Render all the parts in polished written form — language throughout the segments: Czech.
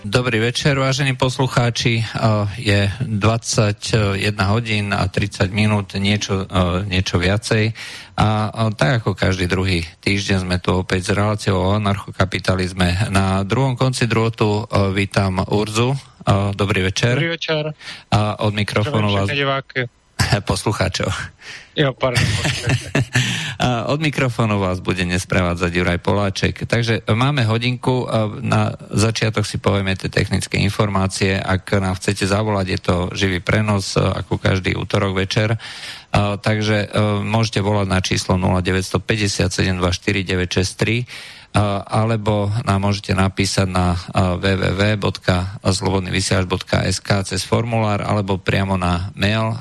Dobrý večer, vážení poslucháči. Je 21 hodín a 30 minút, niečo viacej. A tak ako každý druhý týždeň sme tu opäť s reláciou o anarchokapitalizme. Na druhom konci drôtu vítam Urzu. Dobrý večer. Dobrý večer. A od mikrofónu vás... poslucháčov. Jo, pardon. A od mikrofónu vás bude nesprevádzať Juraj Poláček. Takže máme hodinku, na začiatok si povieme tie technické informácie. Ak nám chcete zavolať, je to živý prenos, ako každý útorok večer. Takže môžete volať na číslo 0950 724 963 alebo nám môžete napísať na www.slobodnyvysielac.sk cez formulár alebo priamo na mail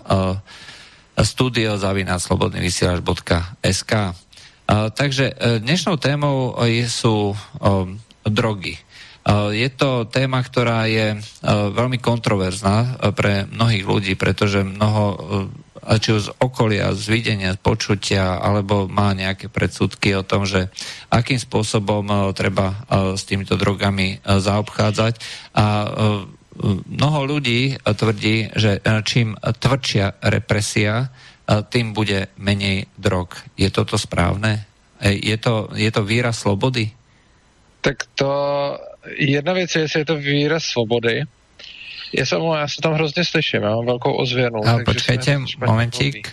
studio@slobodnyvysielac.sk. Takže dnešnou témou sú drogy. Je to téma, ktorá je veľmi kontroverzná pre mnohých ľudí, pretože mnoho či už z okolia, z videnia, z počutia, alebo má nejaké predsudky o tom, že akým spôsobom treba s týmito drogami zaobchádzať. A mnoho ľudí tvrdí, že čím tvrdšia represia, tým bude menej drog. Je toto správne? Je to výraz slobody? Tak to jedna věc je, jestli je to výraz svobody. Já se tam hrozně slyším, já mám velkou ozvěnu. Počkejte, momentík.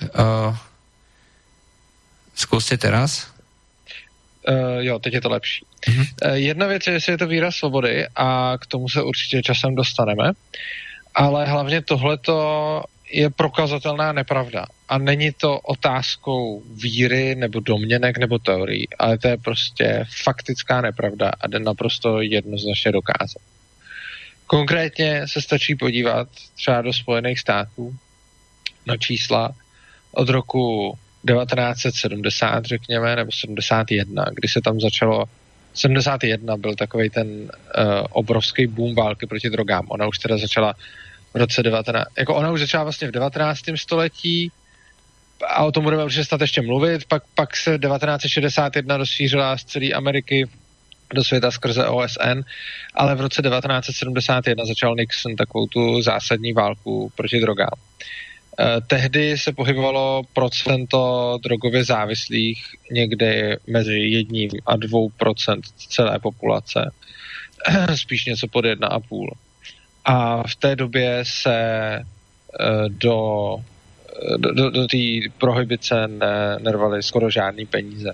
Zkuste teraz. Jo, teď je to lepší. Jedna věc je, jestli je to výraz svobody a k tomu se určitě časem dostaneme, ale hlavně tohleto je prokazatelná nepravda. A není to otázkou víry nebo domněnek nebo teorií, ale to je prostě faktická nepravda a jde naprosto jednoznačně dokázat. Konkrétně se stačí podívat třeba do Spojených států na čísla od roku 1970, řekněme, nebo 71, kdy se tam začalo. 71 byl takovej ten obrovský boom války proti drogám. Ona už teda začala v roce 19... ona už začala vlastně v 19. století a o tom budeme určitě snad ještě mluvit. Pak se 1961 rozšířila z celé Ameriky do světa skrze OSN, ale v roce 1971 začal Nixon takovou tu zásadní válku proti drogám. Tehdy se pohybovalo procento drogově závislých někde mezi 1 a 2% celé populace, spíš něco pod 1,5. A v té době se do té prohibice nervaly skoro žádný peníze.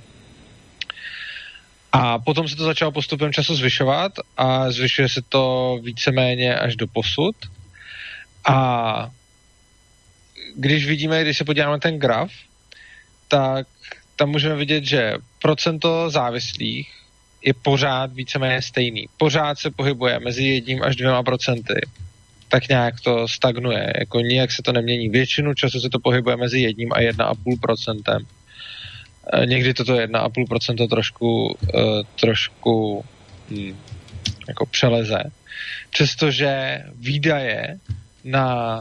A potom se to začalo postupem času zvyšovat a zvyšuje se to víceméně až do posud. A když se podíváme na ten graf, tak tam můžeme vidět, že procento závislých je pořád víceméně stejný. Pořád se pohybuje mezi 1 až 2%. Tak nějak to stagnuje, jako nijak se to nemění. Většinu času se to pohybuje mezi 1 a 1,5%. Někdy toto 1,5% trošku jako přeleze. Přestože výdaje na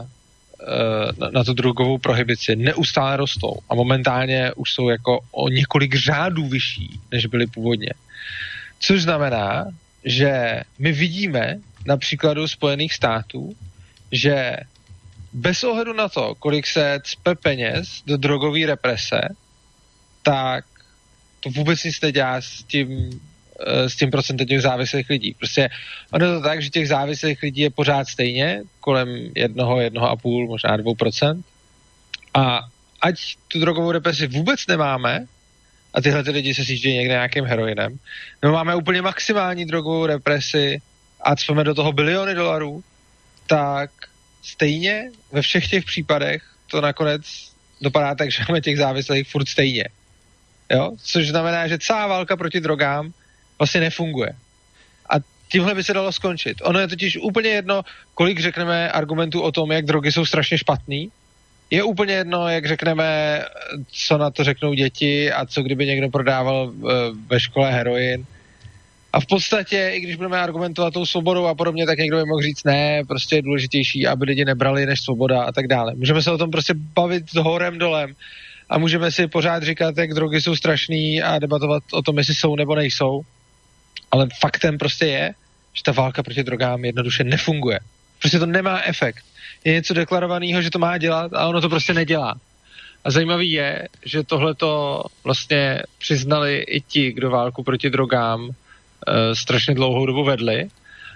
tu drogovou prohibici neustále rostou a momentálně už jsou jako o několik řádů vyšší, než byly původně. Což znamená, že my vidíme na příkladu Spojených států, že bez ohledu na to, kolik se cpe peněz do drogové represe, tak to vůbec nic nedělá s tím procentem těch závislých lidí. Prostě ono je to tak, že těch závislých lidí je pořád stejně, kolem 1,5, možná 2%. A ať tu drogovou represi vůbec nemáme, a tyhle ty lidi se sjíždějí někde nějakým heroinem, nebo máme úplně maximální drogovou represi a cpeme do toho biliony dolarů, tak stejně ve všech těch případech to nakonec dopadá tak, že máme těch závislých furt stejně. Jo? Což znamená, že celá válka proti drogám vlastně nefunguje. A tímhle by se dalo skončit. Ono je totiž úplně jedno, kolik řekneme argumentů o tom, jak drogy jsou strašně špatný. Je úplně jedno, jak řekneme, co na to řeknou děti a co kdyby někdo prodával ve škole heroin. A v podstatě, i když budeme argumentovat tou svobodou a podobně, tak někdo by mohl říct, ne, prostě je důležitější, aby lidi nebrali než svoboda a tak dále. Můžeme se o tom prostě bavit horem dolem a můžeme si pořád říkat, jak drogy jsou strašný a debatovat o tom, jestli jsou nebo nejsou. Ale faktem prostě je, že ta válka proti drogám jednoduše nefunguje. Prostě to nemá efekt. Je něco deklarovaného, že to má dělat a ono to prostě nedělá. A zajímavý je, že tohleto vlastně přiznali i ti, kdo válku proti drogám strašně dlouhou dobu vedli.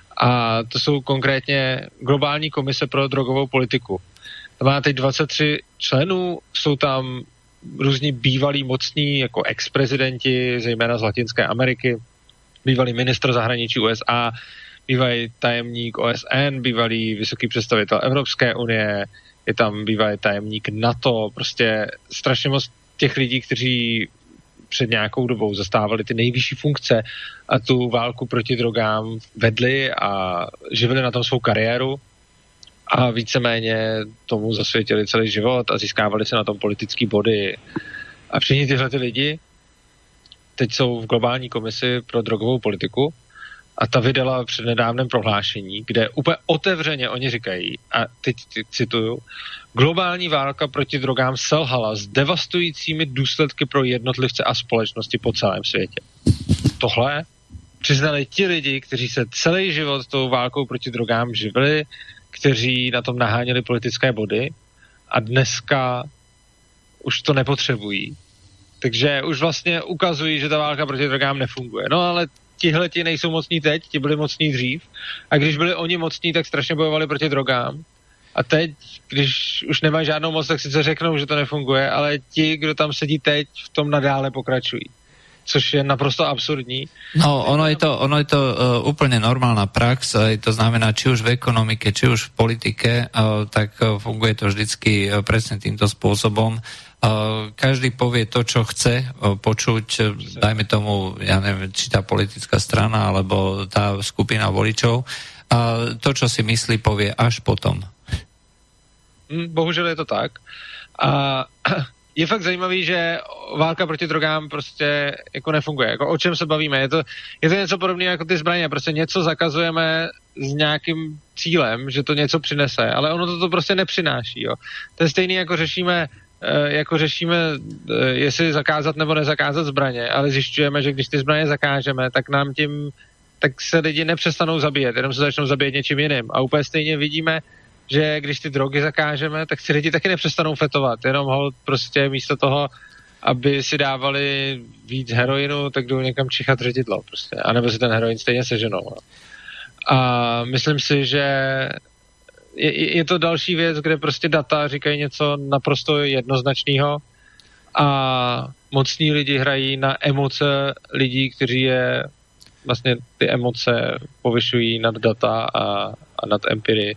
A to jsou konkrétně globální komise pro drogovou politiku. To má teď 23 členů, jsou tam různí bývalí mocní, jako ex-prezidenti, zejména z Latinské Ameriky, bývalý ministr zahraničí USA, bývalý tajemník OSN, bývalý vysoký představitel Evropské unie, je tam bývalý tajemník NATO, prostě strašně moc těch lidí, kteří před nějakou dobou zastávali ty nejvyšší funkce a tu válku proti drogám vedli a živili na tom svou kariéru a víceméně tomu zasvětili celý život a získávali se na tom politický body. A všichni tyhle ty lidi teď jsou v globální komisi pro drogovou politiku a ta vydala před nedávném prohlášení, kde úplně otevřeně oni říkají, a teď cituju, globální válka proti drogám selhala s devastujícími důsledky pro jednotlivce a společnosti po celém světě. Tohle přiznali ti lidi, kteří se celý život tou válkou proti drogám živili, kteří na tom naháněli politické body a dneska už to nepotřebují. Takže už vlastně ukazují, že ta válka proti drogám nefunguje. No ale tihleti nejsou mocní teď, ti byli mocní dřív a když byli oni mocní, tak strašně bojovali proti drogám. A teď, když už nemají žádnou moc, tak sice řeknou, že to nefunguje, ale ti, kdo tam sedí teď, v tom nadále pokračují. Což je naprosto absurdní. No, ono je to úplne normálna prax, to znamená, či už v ekonomike, či už v politike, tak funguje to vždycky presne týmto spôsobom. Každý povie to, čo chce počuť, dajme tomu, ja neviem, či tá politická strana, alebo tá skupina voličov, to, čo si myslí, povie až potom. Bohužel je to tak. A je fakt zajímavý, že válka proti drogám prostě jako nefunguje. Jako o čem se bavíme? Je to něco podobného jako ty zbraně. Prostě něco zakazujeme s nějakým cílem, že to něco přinese, ale ono to prostě nepřináší. Jo. To je stejný, jako řešíme, jestli zakázat nebo nezakázat zbraně, ale zjišťujeme, že když ty zbraně zakážeme, tak se lidi nepřestanou zabíjet, jenom se začnou zabíjet něčím jiným. A úplně stejně vidíme, že když ty drogy zakážeme, tak si lidi taky nepřestanou fetovat, jenom holt prostě místo toho, aby si dávali víc heroinu, tak jdou někam čichat ředidlo prostě, anebo si ten heroin stejně seženou. A myslím si, že je to další věc, kde prostě data říkají něco naprosto jednoznačného a mocní lidi hrají na emoce lidí, kteří je vlastně ty emoce povyšují nad data a nad empirii.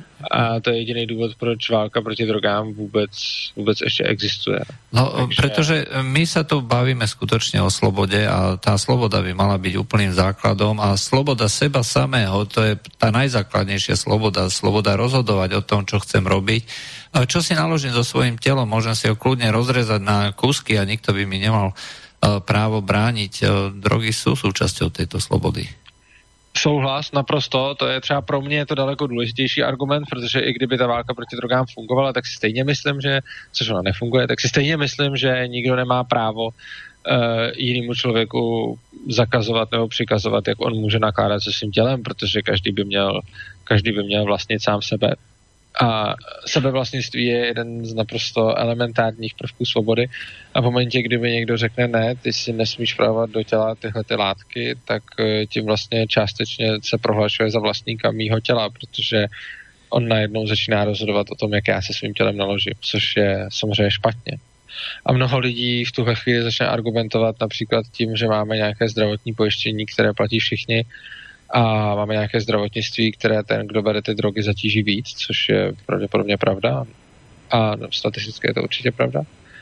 A to je jediný důvod, proč válka proti drogám vůbec ještě existuje. No, pretože my sa tu bavíme skutočne o slobode a tá sloboda by mala byť úplným základom a sloboda seba samého, to je tá najzákladnejšia sloboda rozhodovať o tom, čo chcem robiť. Čo si naložím so svojím telom, môžem si ho kľudne rozrezať na kúsky a nikto by mi nemal právo brániť. Drogy sú súčasťou tejto slobody. Souhlas, naprosto, to je třeba pro mě to daleko důležitější argument, protože i kdyby ta válka proti drogám fungovala, tak si stejně myslím, že, což ona nefunguje, tak si stejně myslím, že nikdo nemá právo jinému člověku zakazovat nebo přikazovat, jak on může nakládat se svým tělem, protože každý by měl vlastnit sám sebe. A sebevlastnictví je jeden z naprosto elementárních prvků svobody a v momentě, kdyby někdo řekne ne, ty si nesmíš vpravovat do těla tyhle ty látky, tak tím vlastně částečně se prohlašuje za vlastníka mýho těla, protože on najednou začíná rozhodovat o tom, jak já se svým tělem naložím, což je samozřejmě špatně. A mnoho lidí v tuhle chvíli začne argumentovat například tím, že máme nějaké zdravotní pojištění, které platí všichni, a máme nějaké zdravotnictví, které ten, kdo bere ty drogy, zatíží víc, což je pravděpodobně pravda. A statisticky je to určitě pravda.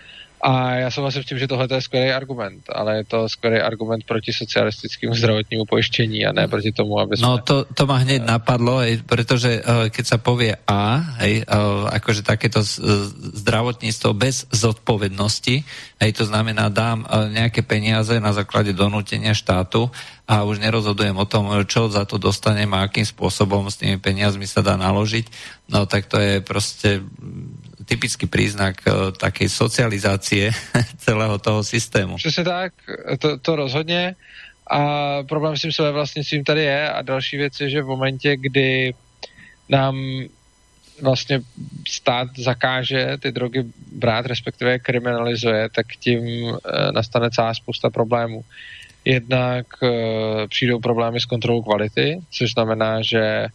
A já souhlasím s tím, že tohle je skvělý argument, ale je to skvělý argument proti socialistickému zdravotnímu pojištění a ne proti tomu, aby sme... No to ma hneď napadlo, pretože keď sa povie A, akože takéto zdravotníctvo bez zodpovednosti, to znamená dám nejaké peniaze na základe donútenia štátu a už nerozhodujem o tom, čo za to dostanem a akým spôsobom s tými peniazmi sa dá naložiť, no tak to je proste typický príznak takej socializácie celého toho systému. Přesně tak, to rozhodně. A problém s tím sebevlastnictvím tady je a další věc je, že v momentě, kdy nám vlastně stát zakáže ty drogy brát, respektive kriminalizuje, tak tím nastane celá spousta problémů. Jednak přijdou problémy s kontrolou kvality, což znamená, že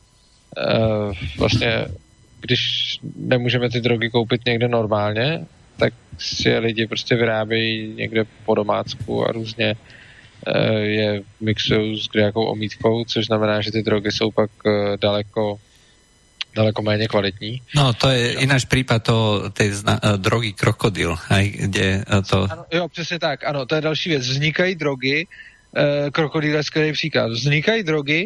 vlastně když nemůžeme ty drogy koupit někde normálně, tak si lidi prostě vyrábějí někde po domácku a různě je mixují s kdejakou omítkou, což znamená, že ty drogy jsou pak daleko méně kvalitní. No, to je ináč prípad tej drogy Krokodil, kde to... Ano, jo, přesně tak, ano, to je další věc. Vznikají drogy, Krokodil je skvělý příklad, vznikají drogy,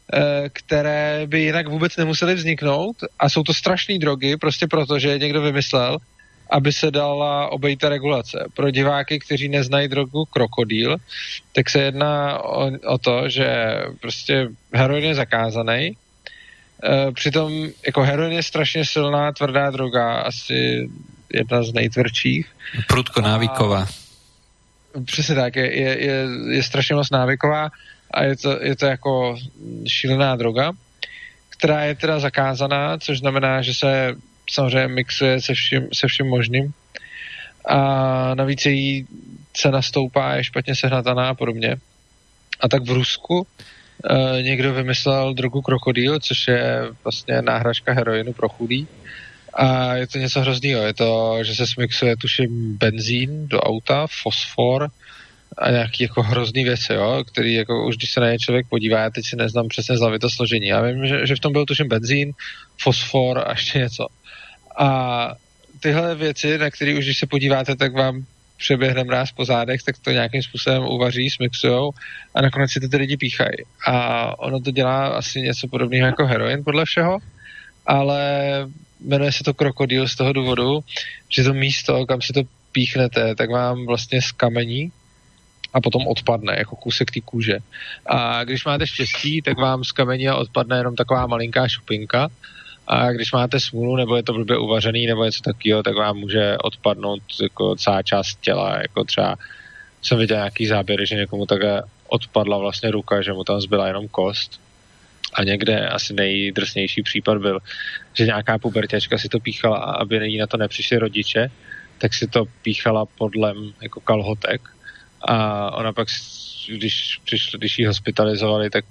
které by jinak vůbec nemusely vzniknout a jsou to strašné drogy, prostě proto, že je někdo vymyslel, aby se dala obejít ta regulace. Pro diváky, kteří neznají drogu Krokodil, tak se jedná o to, že prostě heroin je zakázaný. Přitom jako heroin je strašně silná, tvrdá droga, asi jedna z nejtvrdších. Prudko návyková. Přesně tak, je strašně moc návyková a je to jako šílená droga, která je teda zakázaná, což znamená, že se samozřejmě mixuje se vším možným a navíc její cena stoupá, je špatně sehnataná a podobně. A tak v Rusku někdo vymyslel drogu Krokodil, což je vlastně náhražka heroinu pro chudý. A je to něco hroznýho. Je to, že se smixuje, tuším, benzín do auta, fosfor a nějaký jako hrozný věci, jo, který jako už když se na ně člověk podívá, já teď si neznám přesně z hlavy to složení. Já vím, že v tom byl tuším benzín, fosfor a ještě něco. A tyhle věci, na které už když se podíváte, tak vám přeběhne mráz po zádech, tak to nějakým způsobem uvaří, smixujou a nakonec si to ty lidi píchají. A ono to dělá asi něco podobného jako heroin podle všeho, ale jmenuje se to Krokodil z toho důvodu, že to místo, kam si to píchnete, tak vám vlastně zkamení a potom odpadne, jako kousek té kůže. A když máte štěstí, tak vám zkamení a odpadne jenom taková malinká šupinka. A když máte smůlu, nebo je to blbě uvařený, nebo něco takového, tak vám může odpadnout jako celá část těla. Jako třeba jsem viděl nějaký záběry, že někomu takhle odpadla vlastně ruka, že mu tam zbyla jenom kost. A někde asi nejdrsnější případ byl, že nějaká pubertěčka si to píchala a aby jí na to nepřišli rodiče, tak si to píchala podlem jako kalhotek. A ona pak, když ji hospitalizovali, tak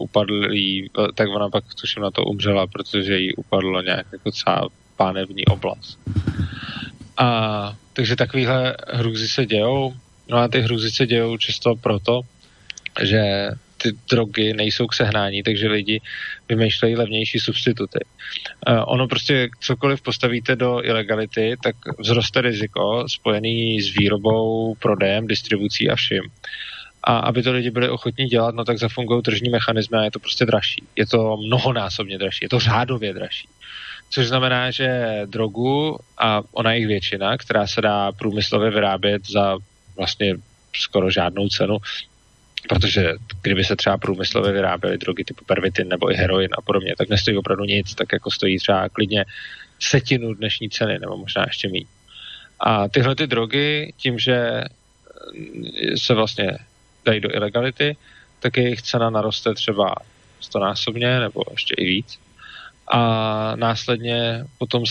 tak ona pak tuším na to umřela, protože jí upadlo nějak jako celá pánevní oblast. A takže takovýhle hrůzy se dějou. No a ty hrůzy se dějou často proto, že ty drogy nejsou k sehnání, takže lidi vymýšlejí levnější substituty. Ono prostě cokoliv postavíte do ilegality, tak vzroste riziko spojený s výrobou, prodejem, distribucí a vším. A aby to lidi byli ochotní dělat, no tak zafungují tržní mechanismy a je to prostě dražší. Je to mnohonásobně dražší, je to řádově dražší. Což znamená, že drogu, a ona je jich většina, která se dá průmyslově vyrábět za vlastně skoro žádnou cenu, protože kdyby se třeba průmyslově vyráběly drogy typu pervitin nebo i heroin a podobně, tak nestojí opravdu nic, tak jako stojí třeba klidně setinu dnešní ceny, nebo možná ještě méně. A tyhle ty drogy, tím, že se vlastně dají do ilegality, tak jejich cena naroste třeba 100násobně nebo ještě i víc. A následně potom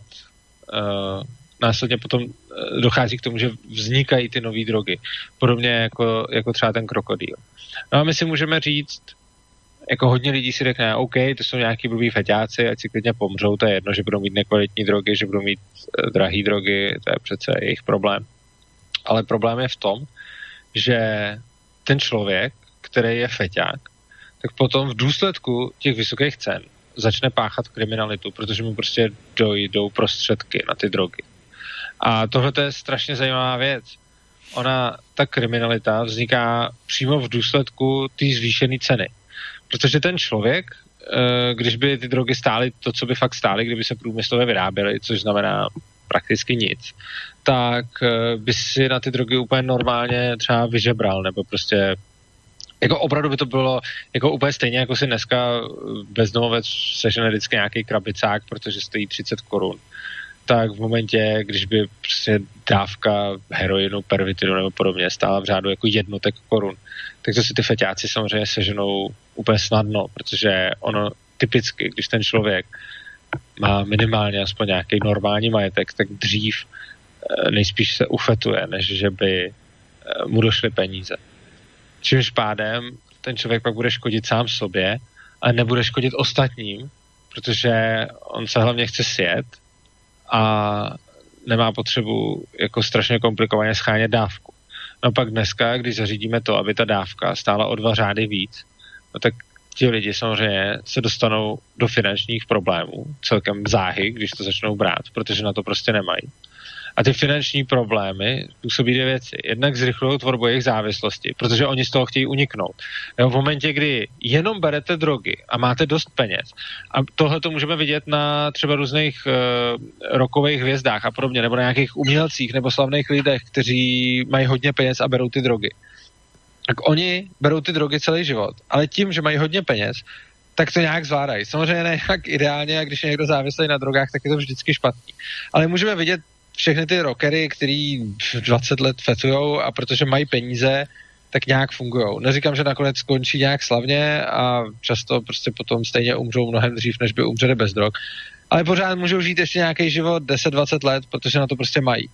dochází k tomu, že vznikají ty nové drogy. Podobně jako třeba ten Krokodil. No a my si můžeme říct, jako hodně lidí si řekne, OK, to jsou nějaký blbý feťáci, ať si klidně pomřou, to je jedno, že budou mít nekvalitní drogy, že budou mít drahé drogy, to je přece jejich problém. Ale problém je v tom, že ten člověk, který je feťák, tak potom v důsledku těch vysokých cen začne páchat kriminalitu, protože mu prostě dojdou prostředky na ty drogy. A tohle je strašně zajímavá věc. Ta kriminalita vzniká přímo v důsledku té zvýšené ceny. Protože ten člověk, když by ty drogy stály to, co by fakt stály, kdyby se průmyslově vyráběly, což znamená prakticky nic, tak by si na ty drogy úplně normálně třeba vyžebral, nebo prostě jako opravdu by to bylo jako úplně stejně, jako si dneska bezdomovec sežene vždycky nějaký krabicák, protože stojí 30 korun. tak v momentě, když by prostě dávka heroinu, pervitinu nebo podobně stála v řádu jako jednotek korun, tak to si ty feťáci samozřejmě seženou úplně snadno, protože ono typicky, když ten člověk má minimálně aspoň nějaký normální majetek, tak dřív nejspíš se ufetuje, než že by mu došly peníze. Čímž pádem ten člověk pak bude škodit sám sobě, ale nebude škodit ostatním, protože on se hlavně chce sjet a nemá potřebu jako strašně komplikovaně schánět dávku. No pak dneska, když zařídíme to, aby ta dávka stála o 2 řády víc, no tak ti lidi samozřejmě se dostanou do finančních problémů, celkem záhy, když to začnou brát, protože na to prostě nemají. A ty finanční problémy působí 2 věci. Jednak zrychlují tvorbu jejich závislosti, protože oni z toho chtějí uniknout. Jo, v momentě, kdy jenom berete drogy a máte dost peněz, a tohle to můžeme vidět na třeba různých rockových hvězdách a podobně, nebo na nějakých umělcích nebo slavných lidech, kteří mají hodně peněz a berou ty drogy. Tak oni berou ty drogy celý život, ale tím, že mají hodně peněz, tak to nějak zvládají. Samozřejmě ne jak ideálně, a když je někdo závislý na drogách, tak je to vždycky špatný. Ale můžeme vidět všechny ty rockery, který 20 let fetujou a protože mají peníze, tak nějak fungujou. Neříkám, že nakonec skončí nějak slavně a často prostě potom stejně umřou mnohem dřív, než by umřeli bez drog. Ale pořád můžou žít ještě nějaký život 10-20 let, protože na to prostě mají.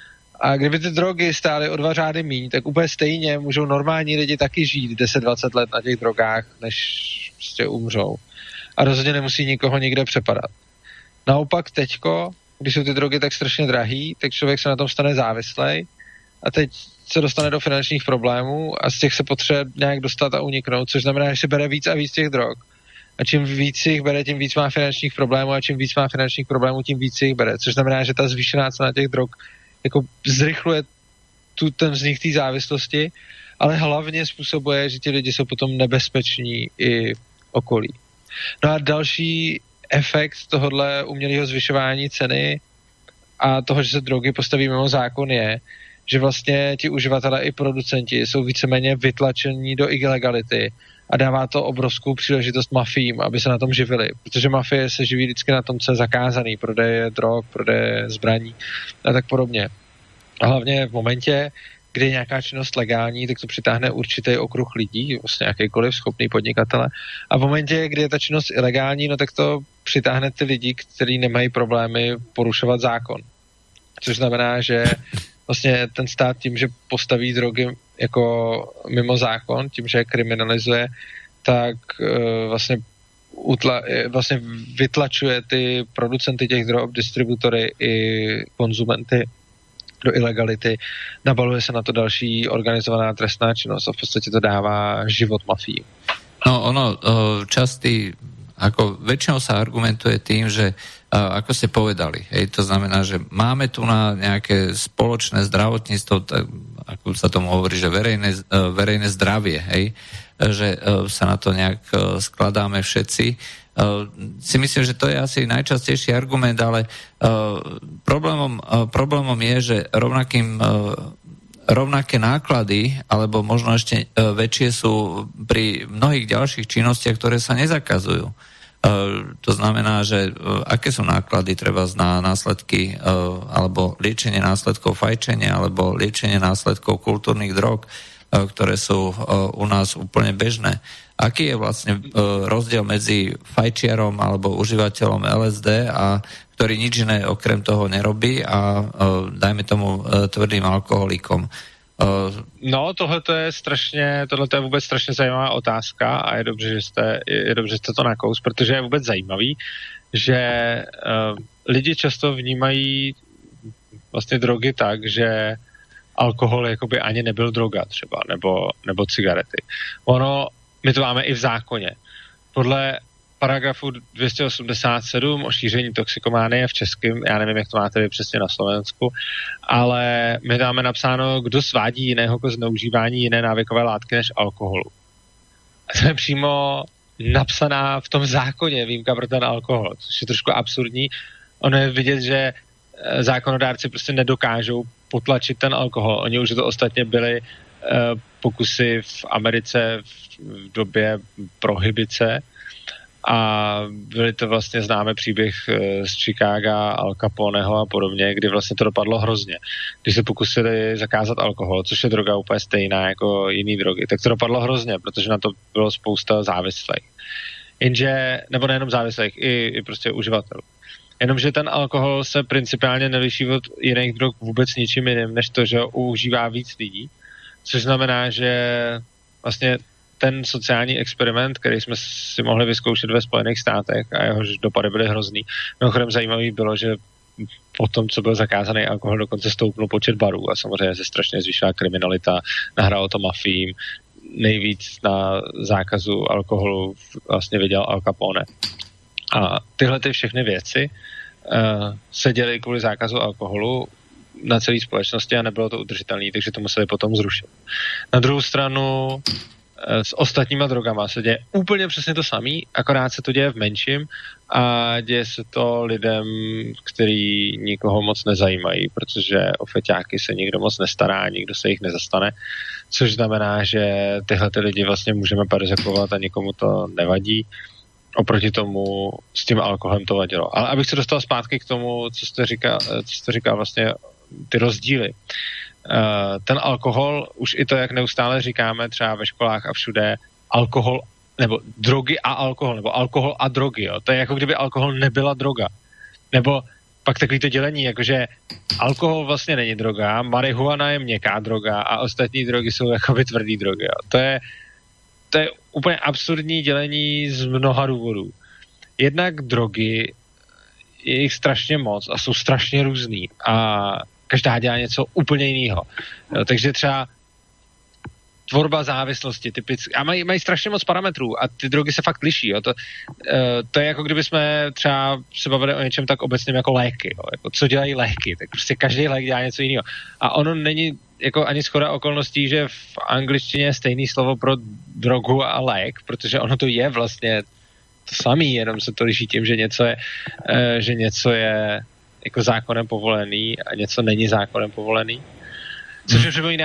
A kdyby ty drogy stály o 2 řády míň, tak úplně stejně můžou normální lidi taky žít 10-20 let na těch drogách, než prostě umřou. A rozhodně nemusí nikoho nikde přepadat. Naopak teďko, když jsou ty drogy tak strašně drahý, tak člověk se na tom stane závislej a teď se dostane do finančních problémů a z těch se potřebuje nějak dostat a uniknout, což znamená, že si bere víc a víc těch drog. A čím víc jich bere, tím víc má finančních problémů a čím víc má finančních problémů, tím víc jich bere. Což znamená, že ta zvýšená cena těch drog jako zrychluje ten vznik té závislosti, ale hlavně způsobuje, že ti lidi jsou potom nebezpeční i okolí. No a další efekt tohohle umělého zvyšování ceny a toho, že se drogy postaví mimo zákon je, že vlastně ti uživatelé i producenti jsou víceméně vytlačení do ilegality a dává to obrovskou příležitost mafiím, aby se na tom živili, protože mafie se živí vždycky na tom, co je zakázaný, prodeje drog, prodeje zbraní a tak podobně. A hlavně v momentě, kdy je nějaká činnost legální, tak to přitáhne určitý okruh lidí, vlastně jakýkoliv schopný podnikatele. A v momentě, kdy je ta činnost ilegální, no tak to přitáhne ty lidi, kteří nemají problémy porušovat zákon. Což znamená, že vlastně ten stát tím, že postaví drogy jako mimo zákon, tím, že je kriminalizuje, tak vlastně vytlačuje ty producenty těch drog, distributory i konzumenty do ilegality, nabaluje se na to další organizovaná trestná činnost a v podstatě to dává život mafii. No ono častý, ako väčšinou sa argumentuje tým, že ako ste povedali, hej, to znamená, že máme tu na nejaké spoločné zdravotníctvo, tak, ako sa tomu hovorí, že verejné zdravie, hej, že sa na to nejak skladáme všetci. Si myslím, že to je asi najčastejší argument, ale problémom je, že rovnaké náklady, alebo možno ešte väčšie sú pri mnohých ďalších činnostiach, ktoré sa nezakazujú. To znamená, že aké sú náklady treba na následky alebo liečenie následkov fajčenia alebo liečenie následkov kultúrnych drog, ktoré sú u nás úplne bežné. Aký je vlastne rozdiel medzi fajčiarom alebo užívateľom LSD, a ktorý nič iné okrem toho nerobí, a dajme tomu tvrdým alkoholikom? No, tohle je vůbec strašně zajímavá otázka a je dobře, že jste to nakous, protože je vůbec zajímavý, že lidi často vnímají vlastně drogy tak, že alkohol jakoby ani nebyl droga třeba, nebo cigarety. My to máme i v zákoně. Podle paragrafu 287 o šíření toxikománie v českém, já nevím, jak to máte vy přesně na Slovensku, ale my máme napsáno, kdo svádí jiného k zneužívání jiné návykové látky než alkoholu. A to je přímo napsaná v tom zákoně výjimka pro ten alkohol, což je trošku absurdní. Ono je vidět, že zákonodárci prostě nedokážou potlačit ten alkohol. Oni už to ostatně byly pokusy v Americe v době prohibice a byly to vlastně známý příběh z Chicaga, Al Caponeho a podobně, kdy vlastně to dopadlo hrozně. Když se pokusili zakázat alkohol, což je droga úplně stejná jako jiný drogy, tak to dopadlo hrozně, protože na to bylo spousta závislých. Jenže, nebo nejenom závislých, i prostě uživatelů. Jenomže ten alkohol se principiálně neliší od jiných drog vůbec ničím jiným, než to, že ho užívá víc lidí, což znamená, že vlastně ten sociální experiment, který jsme si mohli vyzkoušet ve Spojených státech a jehož dopady byly hrozný. Mimochodem zajímavý bylo, že po tom, co byl zakázaný alkohol, dokonce stoupnul počet barů a samozřejmě se strašně zvýšila kriminalita, nahrálo to mafiím, nejvíc na zákazu alkoholu vlastně viděl Al Capone. A tyhle ty všechny věci se děly kvůli zákazu alkoholu na celé společnosti a nebylo to udržitelné, takže to museli potom zrušit. Na druhou stranu s ostatníma drogama se děje úplně přesně to samý, akorát se to děje v menším a děje se to lidem, který nikoho moc nezajímají, protože o feťáky se nikdo moc nestará, nikdo se jich nezastane, což znamená, že tyhle ty lidi vlastně můžeme perzekvovat a nikomu to nevadí. Oproti tomu s tím alkoholem to vadilo. Ale abych se dostal zpátky k tomu, co jste říkal vlastně ty rozdíly. Ten alkohol, už i to, jak neustále říkáme třeba ve školách a všude, alkohol, nebo drogy a alkohol, nebo alkohol a drogy, jo. To je jako kdyby alkohol nebyla droga. Nebo pak takový to dělení, jakože alkohol vlastně není droga, marihuana je měkká droga a ostatní drogy jsou jakoby tvrdý drogy, jo. To je úplně absurdní dělení z mnoha důvodů. Jednak drogy, je jich strašně moc a jsou strašně různý a každá dělá něco úplně jiného. Takže třeba tvorba závislosti typicky. A mají strašně moc parametrů a ty drogy se fakt liší. Jo. To je jako kdyby jsme třeba se bavili o něčem tak obecným jako léky. Jo. Jako co dělají léky, tak prostě každý lék dělá něco jiného. A ono není jako ani shoda okolností, že v angličtině je stejný slovo pro drogu a lék, protože ono to je vlastně to samý, jenom se to liší tím, že něco je jako zákonem povolený a něco není zákonem povolený. Což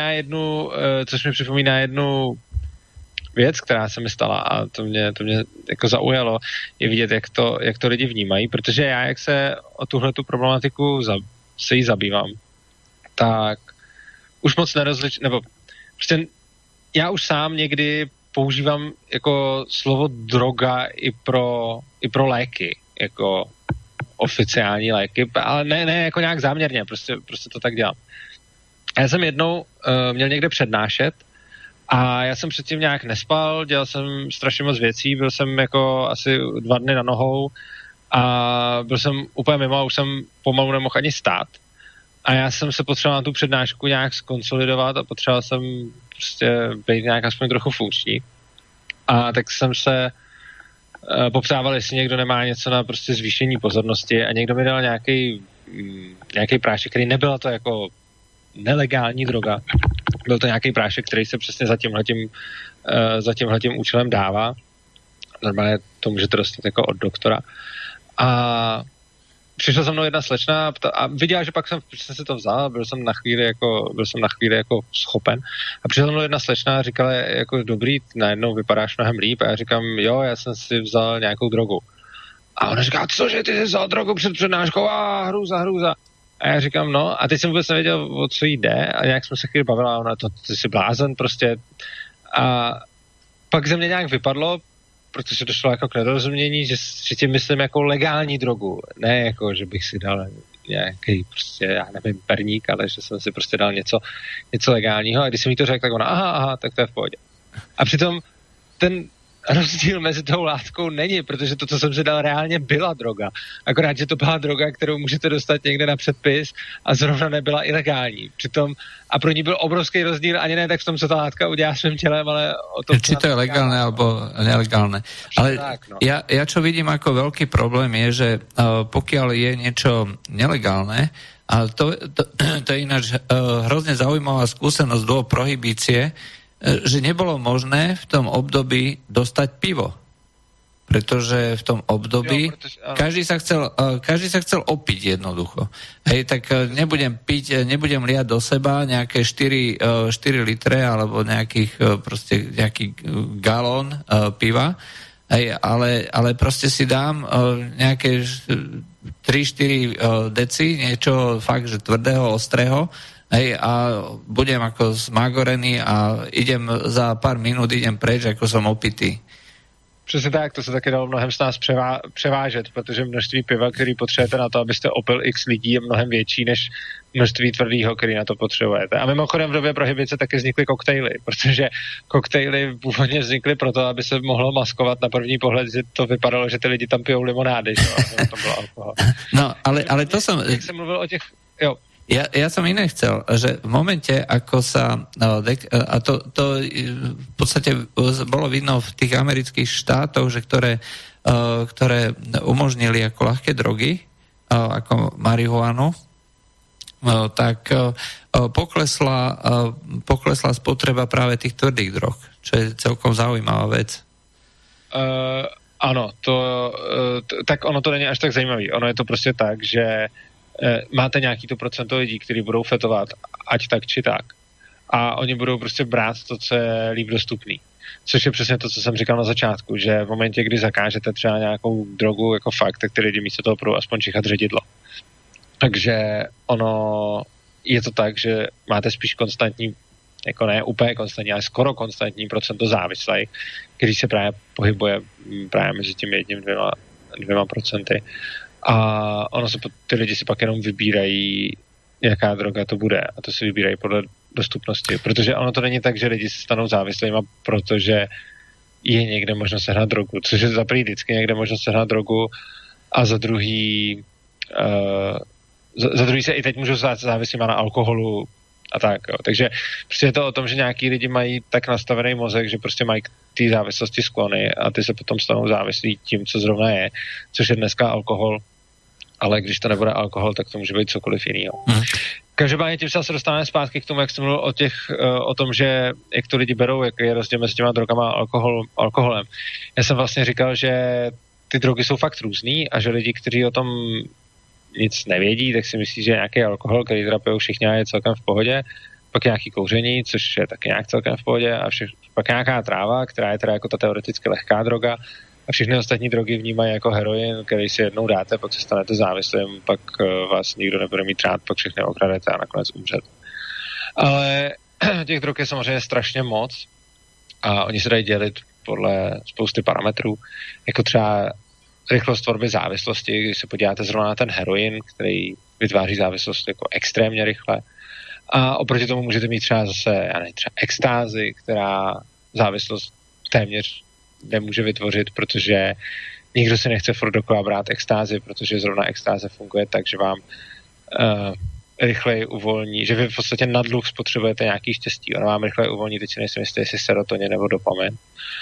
mi připomíná jednu věc, která se mi stala a to mě jako zaujalo, je vidět, jak to lidi vnímají, protože já, jak se o tuhletu problematiku se jí zabývám, tak už moc nebo prostě já už sám někdy používám jako slovo droga i pro léky, jako oficiální léky, ale ne jako nějak záměrně, prostě to tak dělám. Já jsem jednou měl někde přednášet a já jsem předtím nějak nespal, dělal jsem strašně moc věcí, byl jsem jako asi 2 dny na nohou a byl jsem úplně mimo a už jsem pomalu nemohl ani stát. A já jsem se potřeboval na tu přednášku nějak skonsolidovat a potřeboval jsem prostě být nějak aspoň trochu funkční. A tak jsem se poptával, jestli někdo nemá něco na prostě zvýšení pozornosti a někdo mi dal nějaký prášek, který nebyla to jako nelegální droga. Byl to nějaký prášek, který se přesně za tímhletím účelem dává. Normálně to můžete dostat jako od doktora. A přišla za mnou jedna slečna a viděla, že pak jsem si to vzal, byl jsem na chvíli jako schopen. A přišla za mnou jedna slečna a říkala, jako dobrý, najednou vypadáš mnohem líp. A já říkám, jo, já jsem si vzal nějakou drogu. A ona říká, cože, ty jsi vzal drogu před přednáškou? A hrůza. A já říkám, no, a teď jsem vůbec nevěděl, o co jde, a nějak jsme se chvíli bavila, a ona, ty jsi blázen prostě. A pak ze mě nějak vypadlo, protože došlo jako k nedorozumění, že tím myslím jako legální drogu, ne jako, že bych si dal nějaký prostě, já nevím, perník, ale že jsem si prostě dal něco legálního a když jsem jí to řekl, tak ona, aha, tak to je v pohodě. A přitom ten rozdíl mezi tou látkou není, protože to, co jsem si dal, reálně byla droga. Akorát, že to byla droga, kterou můžete dostat někde na předpis a zrovna nebyla ilegální. Přitom, a pro ní byl obrovský rozdíl, ani ne tak v tom, co ta látka udělá svým tělem, ale o tom, či to je legálne alebo nelegálne. Ale tak, no. ja čo vidím ako veľký problém je, že pokiaľ je niečo nelegálne, ale to je ináč hrozne zaujímavá skúsenosť do prohibície, že nebolo možné v tom období dostať pivo. Pretože v tom období každý sa chcel opiť jednoducho. Hej, tak nebudem liať do seba nejaké 4 litre alebo nejaký galón piva, Hej, ale proste si dám nejaké 3-4 deci, niečo fakt, že tvrdého, ostrého, hej, a budem ako zmagorený a idem za pár minút, idem preč, ako som opitý. Přesně tak, to se taky dalo mnohem s nás převážet, protože množství piva, který potřebujete na to, abyste opil x lidí, je mnohem větší než množství tvrdého, který na to potřebujete. A mimochodem v době prohibice taky vznikly koktejly, protože koktejly původně vznikly proto, aby se mohlo maskovat na první pohled, že to vypadalo, že ty lidi tam pijou limonády, že to bylo alkohol. No, ale to som... Jak jsem mluvil o těch... Jo. Ja som iné chcel, že v momente, ako sa... A to v podstate bolo vidno v tých amerických štátoch, že ktoré umožnili ako ľahké drogy, ako marihuanu, tak poklesla spotreba práve tých tvrdých drog, čo je celkom zaujímavá vec. Ano, tak ono to není až tak zajímavý. Ono je to prostě tak, že máte nějaký to procento lidí, kteří budou fetovat, ať tak, či tak. A oni budou prostě brát to, co je líp dostupný. Což je přesně to, co jsem říkal na začátku, že v momentě, kdy zakážete třeba nějakou drogu jako fakt, tak ty lidi místo toho budou aspoň čichat ředidlo. Takže ono je to tak, že máte spíš konstantní, jako ne úplně konstantní, ale skoro konstantní procento závislej, který se právě pohybuje právě mezi tím 1-2%. A ono se ty lidi si pak jenom vybírají, jaká droga to bude. A to si vybírají podle dostupnosti. Protože ono to není tak, že lidi se stanou závislými, protože je někde možnost sehnat drogu. Což je za prvý vždycky někde možnost sehnat drogu a za druhý se i teď můžou stát závislými na alkoholu a tak. Jo. Takže prostě je to o tom, že nějaký lidi mají tak nastavený mozek, že prostě mají k té závislosti sklony a ty se potom stanou závislí tím, co zrovna je, což je dneska alkohol, ale když to nebude alkohol, tak to může být cokoliv jiného. Každopádně tím se dostáváme zpátky k tomu, jak jsem mluvil o tom, že jak to lidi berou, jak je rozdíl mezi těma drogama a alkoholem. Já jsem vlastně říkal, že ty drogy jsou fakt různý a že lidi, kteří o tom nic nevědí, tak si myslí, že nějaký alkohol, který teda pijou všichni, je celkem v pohodě, pak nějaký kouření, což je taky nějak celkem v pohodě a pak nějaká tráva, která je teda jako ta teoreticky lehká droga a všechny ostatní drogy vnímají jako heroin, který si jednou dáte, pak se stanete závislým, pak vás nikdo nebude mít rád, pak všechny okradete a nakonec umřete. Ale těch drog je samozřejmě strašně moc a oni se dají dělit podle spousty parametrů, jako třeba rychlost tvorby závislosti, když se podíváte zrovna na ten heroin, který vytváří závislost jako extrémně rychle. A oproti tomu můžete mít třeba zase, třeba extázi, která závislost téměř nemůže vytvořit, protože nikdo si nechce furt dokola brát extázi, protože zrovna extáze funguje tak, že vám rychleji uvolní, že vy v podstatě na dluh spotřebujete nějaký štěstí. Ona vám rychleji uvolní, teď si nejsem jistý, jestli serotonin nebo dopamin.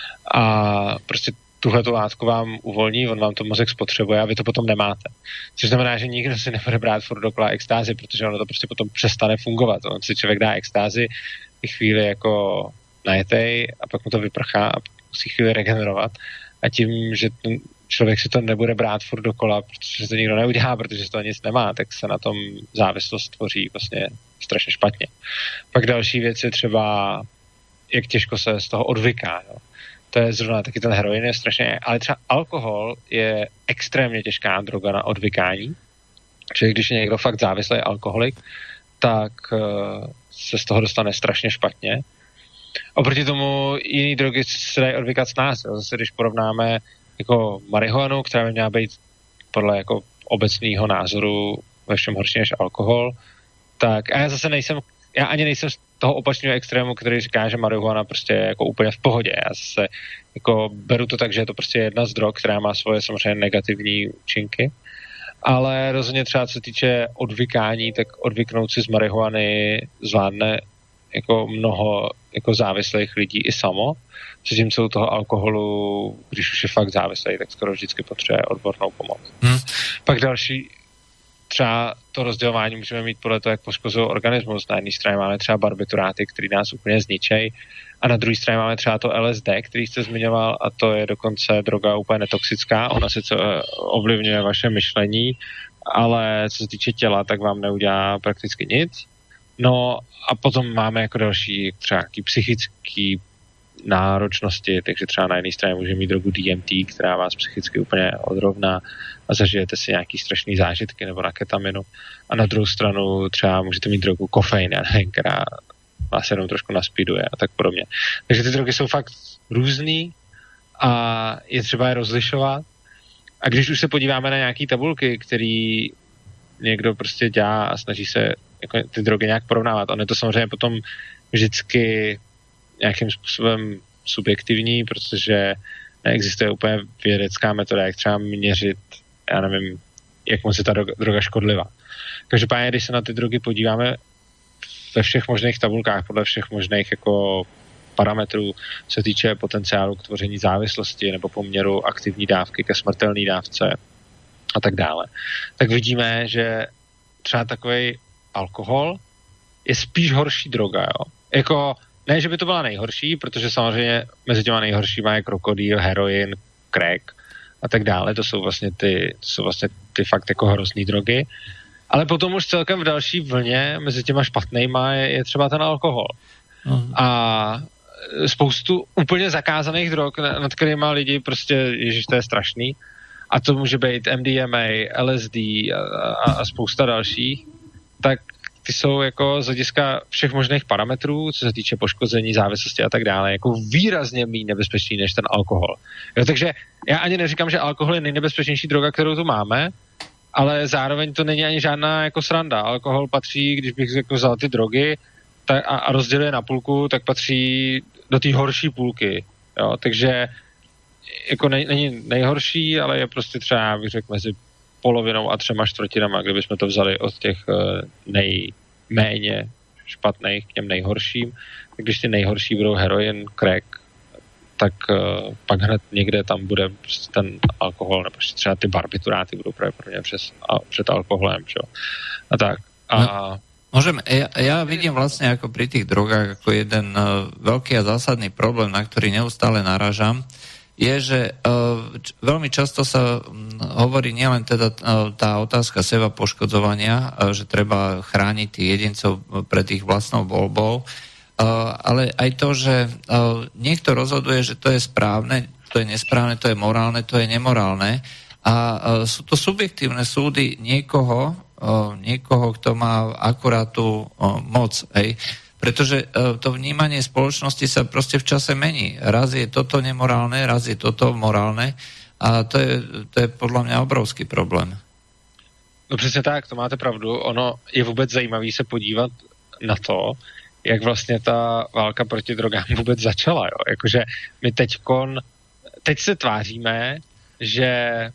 A prostě tuhletu látku vám uvolní, on vám to mozek spotřebuje a vy to potom nemáte. Což znamená, že nikdo si nebude brát furt dokola extázi, protože ono to prostě potom přestane fungovat. On si člověk dá extázi, i chvíli jako najetej a pak mu to vyprchá a musí chvíli regenerovat. A tím, že ten člověk si to nebude brát furt dokola, protože to nikdo neudělá, protože z toho nic nemá, tak se na tom závislost tvoří vlastně strašně špatně. Pak další věc je třeba, jak těžko se z toho odvyká. Jo. To je zrovna taky ten heroin je strašně, ale třeba alkohol je extrémně těžká droga na odvykání. Čili když je někdo fakt závislý alkoholik, tak se z toho dostane strašně špatně. Oproti tomu jiný drogy se dají odvykat s nás. Jo. Zase když porovnáme jako marihuanu, která by měla být podle jako obecného názoru ve všem horší než alkohol, tak a já ani nejsem z toho opačného extrému, který říká, že marihuana prostě je jako úplně v pohodě. Já se jako beru to tak, že je to prostě jedna z drog, která má svoje samozřejmě negativní účinky, ale rozhodně třeba co se týče odvykání, tak odvyknout si z marihuany zvládne jako mnoho jako závislých lidí i samo, zatímco u toho alkoholu, když už je fakt závislý, tak skoro vždycky potřebuje odbornou pomoc. Pak další třeba to rozdělování můžeme mít podle toho, jak poškozují organismus. Na jedné straně máme třeba barbituráty, který nás úplně zničej, a na druhé straně máme třeba to LSD, který jste zmiňoval, a to je dokonce droga úplně netoxická. Ona sice ovlivňuje vaše myšlení, ale co se týče těla, tak vám neudělá prakticky nic. No a potom máme jako další třeba psychický náročnosti, takže třeba na jedné straně může mít drogu DMT, která vás psychicky úplně odrovná a zažijete si nějaký strašný zážitky nebo na ketaminu. A na druhou stranu třeba můžete mít drogu kofein, která vás jenom trošku naspíduje a tak podobně. Takže ty drogy jsou fakt různý a je třeba je rozlišovat. A když už se podíváme na nějaký tabulky, který někdo prostě dělá a snaží se jako ty drogy nějak porovnávat, on je to samozřejmě potom vždycky nějakým způsobem subjektivní, protože neexistuje úplně vědecká metoda, jak třeba měřit, já nevím, jak moc je ta droga škodlivá. Každopádně, když se na ty drogy podíváme ve všech možných tabulkách, podle všech možných jako parametrů, co se týče potenciálu k tvoření závislosti nebo poměru aktivní dávky ke smrtelné dávce a tak dále, tak vidíme, že třeba takový alkohol je spíš horší droga, jo. Jako, ne, že by to byla nejhorší, protože samozřejmě mezi těma nejhoršíma je krokodýl, heroin, crack a tak dále, to jsou vlastně ty fakt jako hrozný drogy, ale potom už celkem v další vlně mezi těma špatnejma je třeba ten alkohol. A spoustu úplně zakázaných drog, nad kterýma lidi prostě, ježiš, to je strašný. A to může být MDMA, LSD a spousta dalších, tak ty jsou jako z hlediska všech možných parametrů, co se týče poškození, závislosti a tak dále, jako výrazně méně nebezpečný než ten alkohol. Jo, takže já ani neříkám, že alkohol je nejnebezpečnější droga, kterou tu máme, ale zároveň to není ani žádná jako sranda. Alkohol patří, když bych jako vzal ty drogy a rozdělil je na půlku, tak patří do té horší půlky. Jo? Takže jako není nejhorší, ale je prostě třeba, bych řekl, mezi polovinou a 3/4, kdybychom to vzali od těch nejméně špatných k těm nejhorším. Tak když ty nejhorší budou heroin, crack, tak pak hned někde tam bude prostě ten alkohol, nebo třeba ty barbituráty budou pravděpodobně před alkoholem, čo? A tak. Môžem, ja vidím vlastne ako pri tých drogách ako jeden veľký a zásadný problém, na ktorý neustále narážam, je, že veľmi často sa hovorí nielen teda tá otázka seba poškodzovania, že treba chrániť tých jedincov pred ich vlastnou voľbou, ale aj to, že niekto rozhoduje, že to je správne, to je nesprávne, to je morálne, to je nemorálne a sú to subjektívne súdy niekoho, kto má akurát tú moc, hej. Pretože to vnímanie spoločnosti sa proste v čase mení. Raz je toto nemorálne, raz je toto morálne a to je podľa mňa obrovský problém. No přesně tak, to máte pravdu. Ono je vůbec zajímavý se podívat na to, jak vlastně ta válka proti drogám vůbec začala. Jo? Jakože my teď se tváříme, že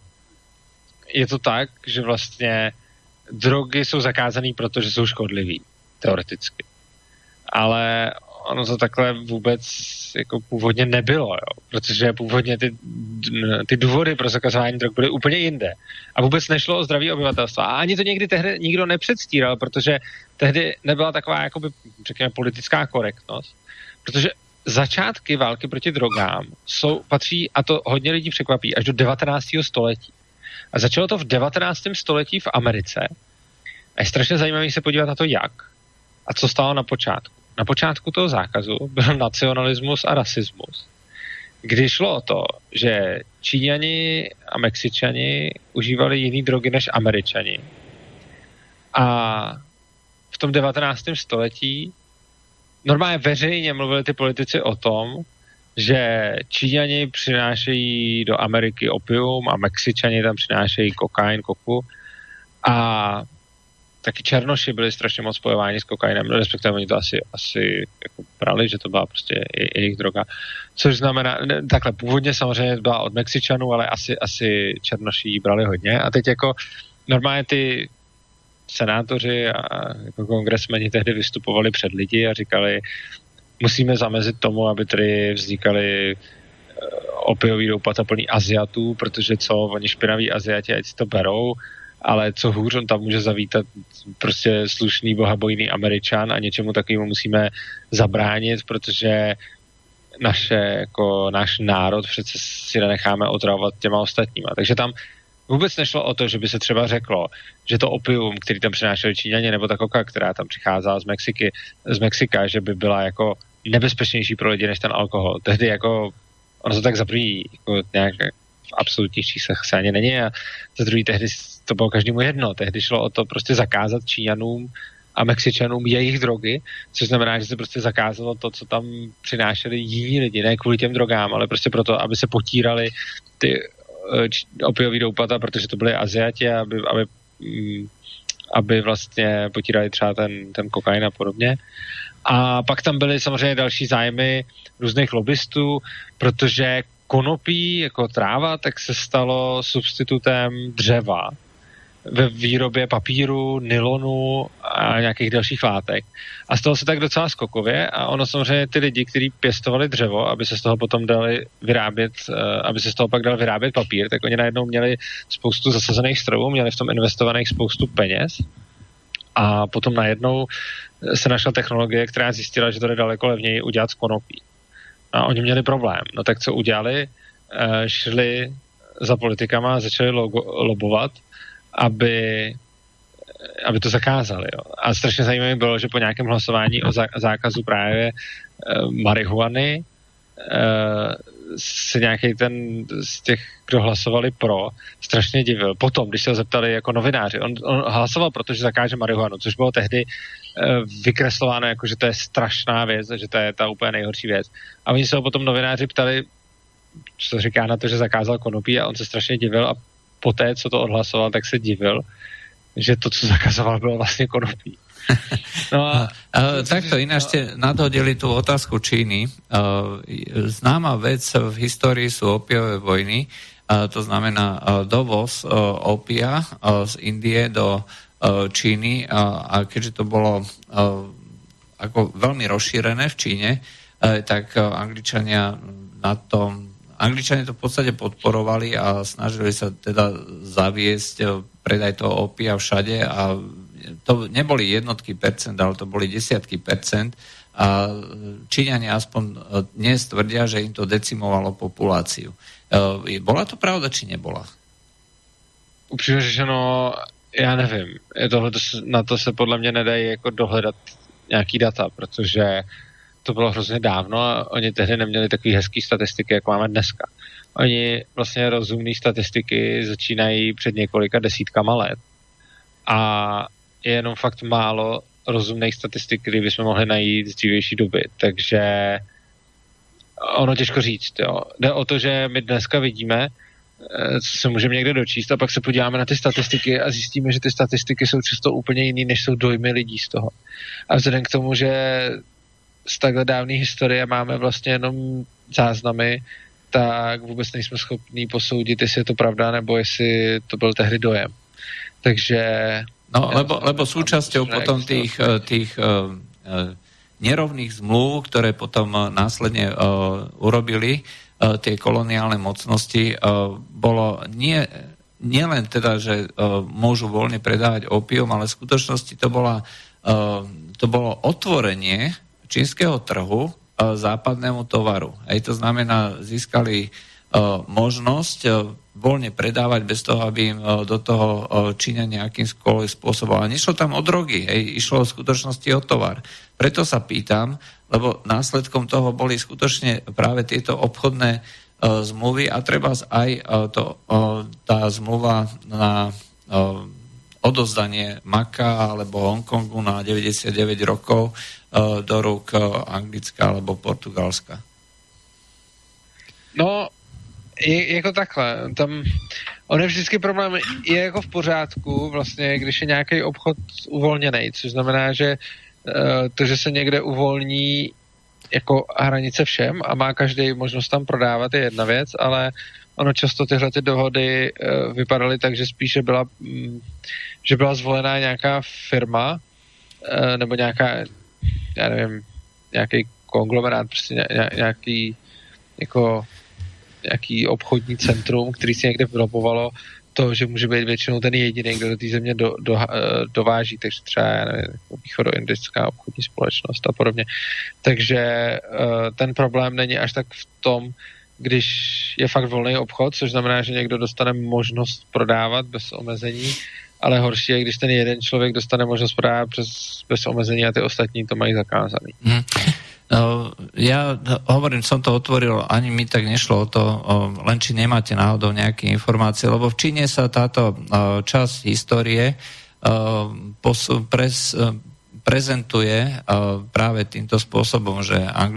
je to tak, že vlastně drogy jsou zakázaný, protože jsou škodlivý, teoreticky. Ale ono to takhle vůbec jako původně nebylo, jo? Protože původně ty důvody pro zakazování drog byly úplně jinde. A vůbec nešlo o zdraví obyvatelstva. A ani to někdy tehdy nikdo nepředstíral, protože tehdy nebyla taková, jakoby, řekněme, politická korektnost. Protože začátky války proti drogám patří, a to hodně lidí překvapí, až do 19. století. A začalo to v 19. století v Americe. A je strašně zajímavé se podívat na to, jak a co stalo na počátku. Na počátku toho zákazu byl nacionalismus a rasismus, kdy šlo o to, že Číňani a Mexičani užívali jiný drogy než Američani. A v tom 19. století normálně veřejně mluvili ty politici o tom, že Číňani přinášejí do Ameriky opium a Mexičani tam přinášejí kokain, koku a taky černoši byli strašně moc spojováni s kokainem, respektive oni to asi jako brali, že to byla prostě jejich droga. Což znamená, takhle původně samozřejmě byla od Mexičanů, ale asi černoši ji brali hodně. A teď jako normálně ty senátoři a jako kongresmeni tehdy vystupovali před lidi a říkali, musíme zamezit tomu, aby tady vznikaly opiový doupata plný Aziatů, protože oni špinaví Aziati, ať si to berou, ale co hůř, on tam může zavítat prostě slušný bohabojný Američan a něčemu takovému musíme zabránit, protože náš národ přece si nenecháme otravovat těma ostatníma. Takže tam vůbec nešlo o to, že by se třeba řeklo, že to opium, který tam přinášeli Číňané, nebo ta koka, která tam přicházela z Mexika, že by byla jako nebezpečnější pro lidi než ten alkohol. Tehdy jako, ono to tak za první jako nějak v absolutních číslech se ani není a za druhý tehdy to bylo každému jedno. Tehdy šlo o to prostě zakázat Číňanům a Mexičanům jejich drogy, což znamená, že se prostě zakázalo to, co tam přinášeli jiní lidi, ne kvůli těm drogám, ale prostě proto, aby se potírali ty opiový doupata, protože to byly Aziati, aby vlastně potírali třeba ten kokain a podobně. A pak tam byly samozřejmě další zájmy různých lobbystů, protože konopí jako tráva, tak se stalo substitutem dřeva ve výrobě papíru, nylonu a nějakých dalších látek. A stalo se tak docela skokově a ono samozřejmě ty lidi, kteří pěstovali dřevo, aby se z toho potom dali vyrábět, aby se z toho pak dal vyrábět papír, tak oni najednou měli spoustu zasazených strojů, měli v tom investovaných spoustu peněz a potom najednou se našla technologie, která zjistila, že to je daleko levněji udělat z konopí. A oni měli problém. No tak co udělali? Šli za politikama a začali lobovat, aby to zakázali. Jo. A strašně zajímavé bylo, že po nějakém hlasování o zákazu právě marihuany se nějaký ten z těch, kdo hlasovali pro, strašně divil. Potom, když se ho zeptali jako novináři, on hlasoval, protože zakáže marihuanu, což bylo tehdy vykreslováno jako, že to je strašná věc, že to je ta úplně nejhorší věc. A oni se ho potom novináři ptali, co říká na to, že zakázal konopí a on se strašně divil a poté, co to odhlasoval, tak se divil, že to, co zakazoval, bylo vlastně konopí. No takto ináč ste nadhodili tú otázku Číny. Známa vec v histórii sú opiové vojny, to znamená dovoz opia z Indie do Číny a keďže to bolo ako veľmi rozšírené v Číne, tak Angličania to v podstate podporovali a snažili sa teda zaviesť predaj toho opia všade a to neboli jednotky percent, ale to boli desiatky percent a Číňania aspoň dnes tvrdia, že im to decimovalo populáciu. Bola to pravda, či nebola? Upřímně řečeno, já nevím. Na to se podle mě nedají jako dohledat nějaký data, protože to bylo hrozně dávno a oni tehdy neměli takový hezký statistiky, jako máme dneska. Oni vlastně rozumné statistiky začínají před několika desítkama let a je jenom fakt málo rozumných statistik, které bychom mohli najít z dřívější doby. Takže ono těžko říct. Jo. Jde o to, že my dneska vidíme, co se můžeme někde dočíst a pak se podíváme na ty statistiky a zjistíme, že ty statistiky jsou často úplně jiný, než jsou dojmy lidí z toho. A vzhledem k tomu, že z takhle dávné historie máme vlastně jenom záznamy, tak vůbec nejsme schopní posoudit, jestli je to pravda, nebo jestli to byl tehdy dojem. Takže... No, lebo súčasťou potom tých nerovných zmluv, ktoré potom následne urobili tie koloniálne mocnosti, bolo nie len teda, že môžu voľne predávať opium, ale v skutočnosti to bolo otvorenie čínskeho trhu západnému tovaru. Aj to znamená, získali možnosť voľne predávať bez toho, aby im do toho Číňa nejakým spôsobom. Ale nešlo tam o drogy, išlo v skutočnosti o tovar. Preto sa pýtam, lebo následkom toho boli skutočne práve tieto obchodné zmluvy a treba aj tá zmluva na odozdanie Maka alebo Hongkongu na 99 rokov do rúk Anglicka alebo Portugalska. No, je jako takhle. Tam, on je vždycky problém, je jako v pořádku vlastně, když je nějaký obchod uvolněný, což znamená, že to, že se někde uvolní jako hranice všem a má každý možnost tam prodávat, je jedna věc, ale ono často tyhle ty dohody vypadaly tak, že spíše že byla zvolená nějaká firma nebo nějaká, já nevím, nějaký konglomerát, prostě nějaký obchodní centrum, který si někde vylopovalo to, že může být většinou ten jediný, kdo do té země dováží, takže třeba, já nevím, východoindická obchodní společnost a podobně. Takže ten problém není až tak v tom, když je fakt volný obchod, což znamená, že někdo dostane možnost prodávat bez omezení, ale horší je, když ten jeden člověk dostane možnost prodávat bez omezení a ty ostatní to mají zakázaný. Ja hovorím, som to otvoril, ani mi tak nešlo o to, len či nemáte náhodou nejaké informácie, lebo v Číne sa táto časť histórie prezentuje práve týmto spôsobom, že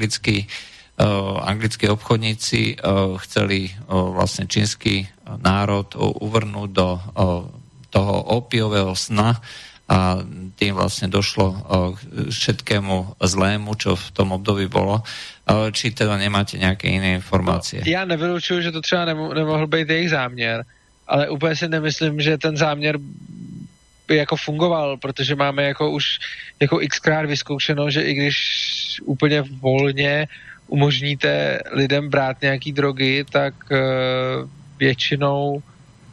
anglickí obchodníci chceli vlastne čínsky národ uvrhnúť do toho opiového sna a tým vlastne došlo k všetkému zlému, čo v tom období bolo. Či teda nemáte nějaké jiné informace? Já nevylučuju, že to třeba nemohl být jejich záměr, ale úplně si nemyslím, že ten záměr by jako fungoval, protože máme jako už jako xkrát vyzkoušeno, že i když úplně volně umožníte lidem brát nějaký drogy, tak většinou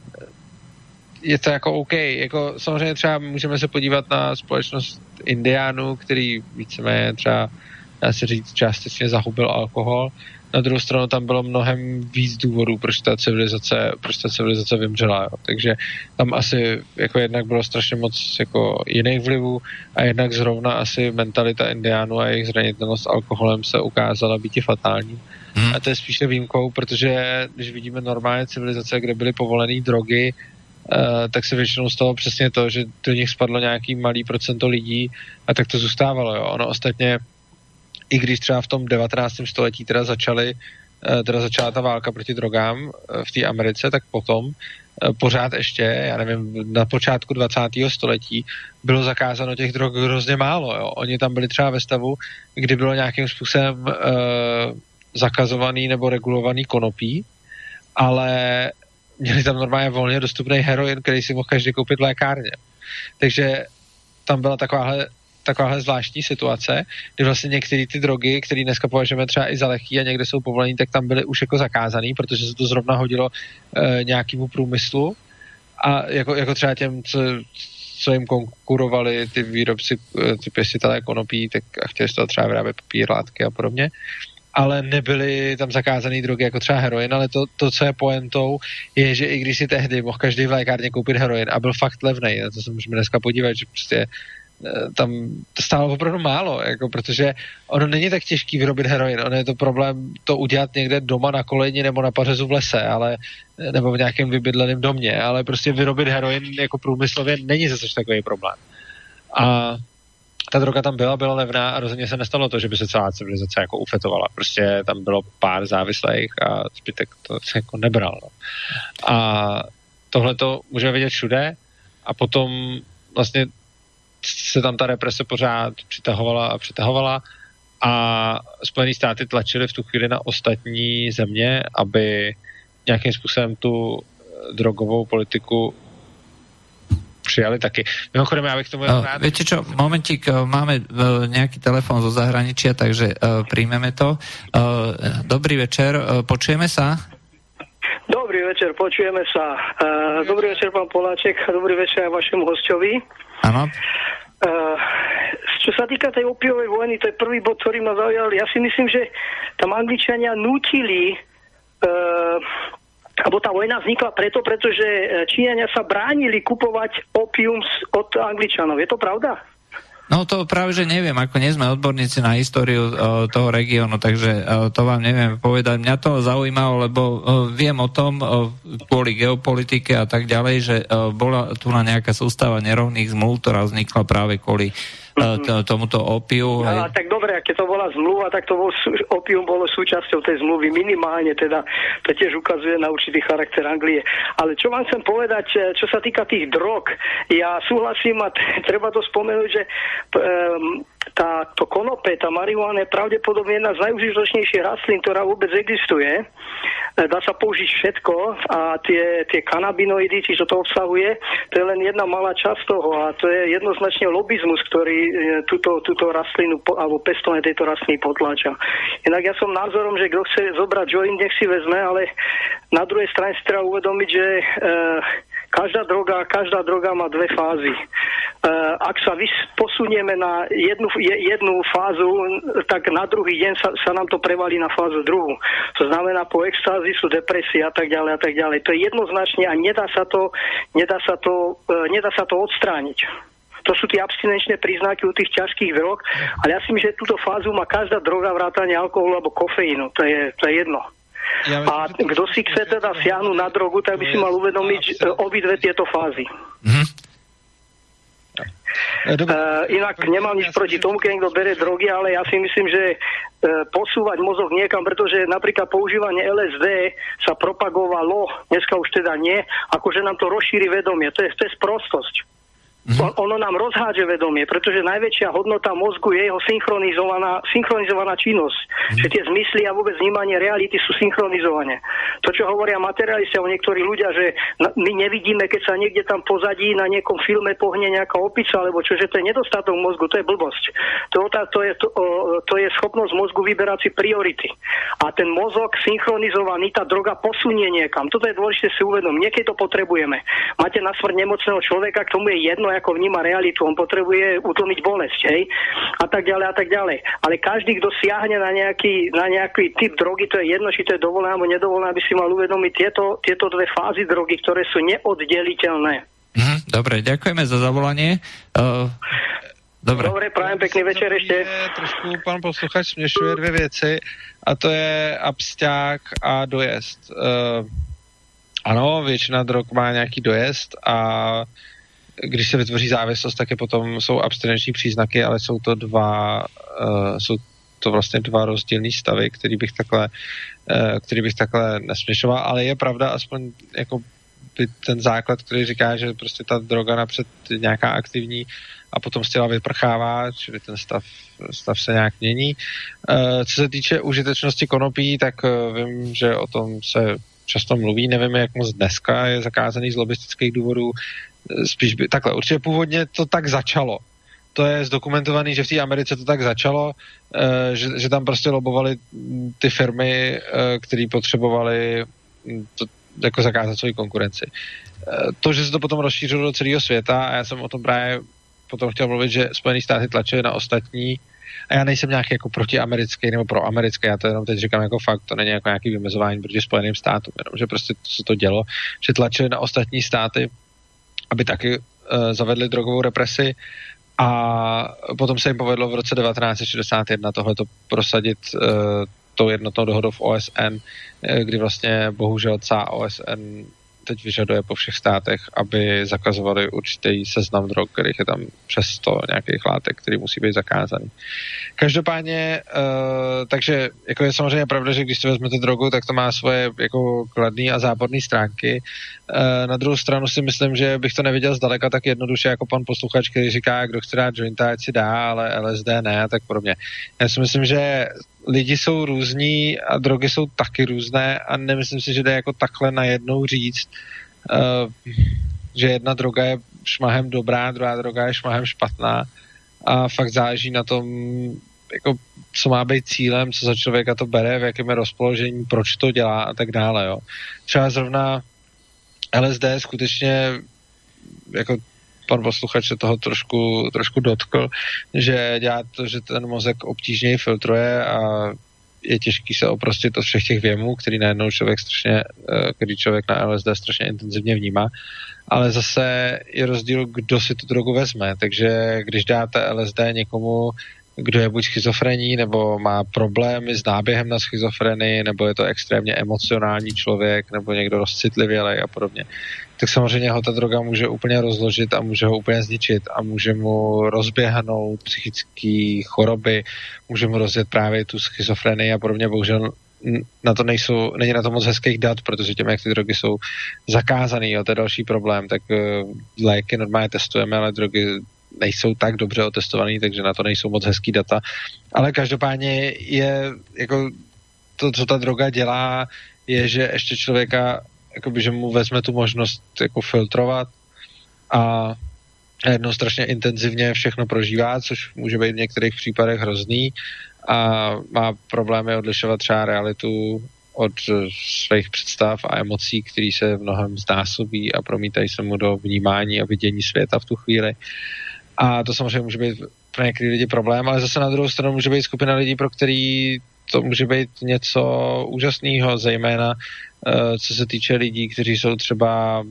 je to jako OK. Jako samozřejmě třeba můžeme se podívat na společnost Indiánů, který víceméně třeba, dá se říct, částečně zahubil alkohol. Na druhou stranu tam bylo mnohem víc důvodů, proč ta civilizace vymřela. Jo. Takže tam asi jako jednak bylo strašně moc jako jiných vlivů a jednak zrovna asi mentalita Indiánů a jejich zranitelnost alkoholem se ukázala být fatální. A to je spíše výjimkou, protože když vidíme normálně civilizace, kde byly povolené drogy, tak se většinou stalo přesně to, že do nich spadlo nějaký malý procento lidí a tak to zůstávalo. Jo. Ono ostatně, i když třeba v tom 19. století teda začala ta válka proti drogám v té Americe, tak potom pořád ještě, já nevím, na počátku 20. století bylo zakázáno těch drog hrozně málo. Jo. Oni tam byli třeba ve stavu, kdy bylo nějakým způsobem zakazovaný nebo regulovaný konopí, ale měli tam normálně volně dostupný heroin, který si mohl každý koupit v lékárně. Takže tam byla takováhle zvláštní situace, kdy vlastně některé ty drogy, které dneska považujeme třeba i za lehký a někde jsou povolený, tak tam byly už jako zakázaný, protože se to zrovna hodilo nějakému průmyslu a jako třeba těm, co jim konkurovali ty výrobci, ty pěstitelé konopí, tak a chtěli z toho třeba vyrábět papír, látky a podobně. Ale nebyly tam zakázané drogy jako třeba heroin, ale to, co je pointou, je, že i když si tehdy mohl každý v lékárně koupit heroin a byl fakt levnej, na to se můžeme dneska podívat, že prostě tam to stálo opravdu málo, jako, protože ono není tak těžký vyrobit heroin, ono je to problém to udělat někde doma na kolejni nebo na pařezu v lese, nebo v nějakém vybydleném domě, ale prostě vyrobit heroin jako průmyslově není zase takový problém. A ta droga tam byla levná a rozhodně se nestalo to, že by se celá civilizace jako ufetovala. Prostě tam bylo pár závislých a zbytek to se jako nebral. No. A tohle to můžeme vidět všude a potom vlastně se tam ta represe pořád přitahovala a Spojené státy tlačily v tu chvíli na ostatní země, aby nějakým způsobem tu drogovou politiku přijali taky. Mimochodem, já bych tomu rád... Viete čo, momentík, máme nejaký telefon zo zahraničia, takže príjmeme to. Dobrý večer, počujeme sa? Dobrý večer, počujeme sa. Dobrý večer, pán Poláček, dobrý večer aj vašemu hosťovi. Áno. Čo sa týka tej opiovej vojny, to je prvý bod, ktorý ma zaujal. Ja si myslím, že tam Angličania nútili alebo tá vojna vznikla pretože Číňania sa bránili kupovať opium od Angličanov. Je to pravda? No to práve, že neviem, ako nie sme odborníci na históriu toho regiónu, takže to vám neviem povedať. Mňa to zaujímalo, lebo viem o tom kvôli geopolitike a tak ďalej, že bola tu na nejaká sústava nerovných zmluv, ktorá vznikla práve kvôli tomuto opiu. A tak dobre, keď to bola zmluva, tak to opium bolo súčasťou tej zmluvy minimálne, teda to tiež ukazuje na určitý charakter Anglie. Ale čo vám chcem povedať, čo sa týka tých drog, ja súhlasím a treba to spomenúť, že to konope, tá marihuana je pravdepodobne jedna z najužitočnejších rastlín, ktorá vôbec existuje. Dá sa použiť všetko a tie kanabinoidy, či čo to obsahuje, to je len jedna malá časť toho a to je jednoznačne lobizmus, ktorý túto rastlinu alebo pestovanie tejto rastliny potláča. Inak ja som názorom, že kto chce zobrať joint, nech si vezme, ale na druhej strane si treba uvedomiť, že každá droga má dve fázy. Ak sa posunieme na jednu fázu, tak na druhý deň sa nám to prevalí na fázu druhú. To znamená, po extázi sú depresie a tak ďalej a tak ďalej. To je jednoznačne a nedá sa to odstrániť. To sú tie abstinenčné príznaky u tých ťažkých drog, ale ja si myslím, že túto fázu má každá droga vrátane alkoholu alebo kofeínu, to je jedno. A kto si chce teda siahnuť na drogu, tak by si mal uvedomiť obidve tieto fázy. Inak nemám nič proti tomu, keď niekto bere drogy, ale ja si myslím, že posúvať mozog niekam, pretože napríklad používanie LSD sa propagovalo, dneska už teda nie, akože nám to rozšíri vedomie. To je sprostosť. Ono nám rozhádže vedomie, pretože najväčšia hodnota mozgu je jeho synchronizovaná činnosť. Že tie zmysly a vôbec vnímanie reality sú synchronizované. To, čo hovoria materialisti a niektorí ľudia, že my nevidíme, keď sa niekde tam pozadí na niekom filme pohne nejaká opica, alebo čo, že to je nedostatok mozgu, to je blbosť. To je schopnosť mozgu vyberať si priority. A ten mozog synchronizovaný, tá droga posunie niekam. Toto je dôležité si uvedomiť. Niekedy to potrebujeme. Máte na smrť nemocného človeka, k tomu je jedno, ako vníma realitu, on potrebuje utlmiť bolesť, hej, a tak ďalej. Ale každý, kto siahne na nejaký typ drogy, to je jedno, či to je dovolené alebo nedovolené, aby si mal uvedomiť tieto dve fázy drogy, ktoré sú neoddeliteľné. Dobre, ďakujeme za zavolanie. Dobre, prajem pekný večer ešte. Trošku pan posluchač směšuje dvě věci a to je absťák a dojezd. Ano, většina drog má nějaký dojezd a když se vytvoří závislost, tak je potom jsou abstinenční příznaky, ale jsou to vlastně dva rozdílný stavy, který bych takhle nesměšoval, ale je pravda aspoň jako by ten základ, který říká, že prostě ta droga napřed nějaká aktivní a potom z těla vyprchává, čili ten stav se nějak mění. Co se týče užitečnosti konopí, tak vím, že o tom se často mluví, nevím, jak moc dneska je zakázaný z lobistických důvodů, spíš by, takhle, určitě původně to tak začalo. To je zdokumentovaný, že v té Americe to tak začalo, že tam prostě lobovali ty firmy, které potřebovaly jako zakázat svoji konkurenci. To, že se to potom rozšířilo do celého světa, a já jsem o tom právě potom chtěl mluvit, že Spojené státy tlačily na ostatní, a já nejsem nějaký jako protiamerický nebo proamerický, já to jenom teď říkám jako fakt, to není jako nějaký vymezování proti Spojeným státům, jenom že prostě se to dělo, že tlačili na ostatní státy, aby taky zavedli drogovou represi, a potom se jim povedlo v roce 1961 tohleto prosadit tou jednotnou dohodou v OSN, kdy vlastně bohužel celá OSN teď vyžaduje po všech státech, aby zakazovali určitý seznam drog, kterých je tam přes 100 nějakých látek, který musí být zakázaný. Každopádně, takže jako je samozřejmě pravda, že když si vezmete drogu, tak to má svoje jako kladné a záporné stránky. Na druhou stranu si myslím, že bych to neviděl zdaleka tak jednoduše jako pan posluchač, který říká, kdo chce dát jointa, ať si dá, ale LSD ne a tak podobně. Já si myslím, že lidi jsou různí a drogy jsou taky různé a nemyslím si, že jde jako takhle najednou říct, že jedna droga je šmahem dobrá, druhá droga je šmahem špatná a fakt záleží na tom, jako, co má být cílem, co za člověka to bere, v jakém je rozpoložení, proč to dělá a tak dále. Jo. Třeba zrovna LSD skutečně jako pan posluchač se toho trošku dotkl, že dělá to, že ten mozek obtížněji filtruje a je těžký se oprostit od všech těch věmů, který najednou který člověk na LSD strašně intenzivně vnímá. Ale zase je rozdíl, kdo si tu drogu vezme. Takže když dáte LSD někomu, kdo je buď schizofrenní, nebo má problémy s náběhem na schizofrenii, nebo je to extrémně emocionální člověk, nebo někdo rozcitlivělej a podobně, tak samozřejmě ho ta droga může úplně rozložit a může ho úplně zničit a může mu rozběhnout psychické choroby, může mu rozjet právě tu schizofrenii a podobně. Bohužel není na to moc hezkých dat, protože tím, jak ty drogy jsou zakázaný, jo, to je další problém, tak léky normálně testujeme, ale drogy nejsou tak dobře otestovaný, takže na to nejsou moc hezký data. Ale každopádně je jako to, co ta droga dělá, je, že ještě člověka jakoby, že mu vezme tu možnost jako filtrovat a jednou strašně intenzivně všechno prožívá, což může být v některých případech hrozný a má problémy odlišovat třeba realitu od svých představ a emocí, které se v mnohem znásobí a promítají se mu do vnímání a vidění světa v tu chvíli. A to samozřejmě může být pro některé lidi problém, ale zase na druhou stranu může být skupina lidí, pro který to může být něco úžasného, zejména co se týče lidí, kteří jsou třeba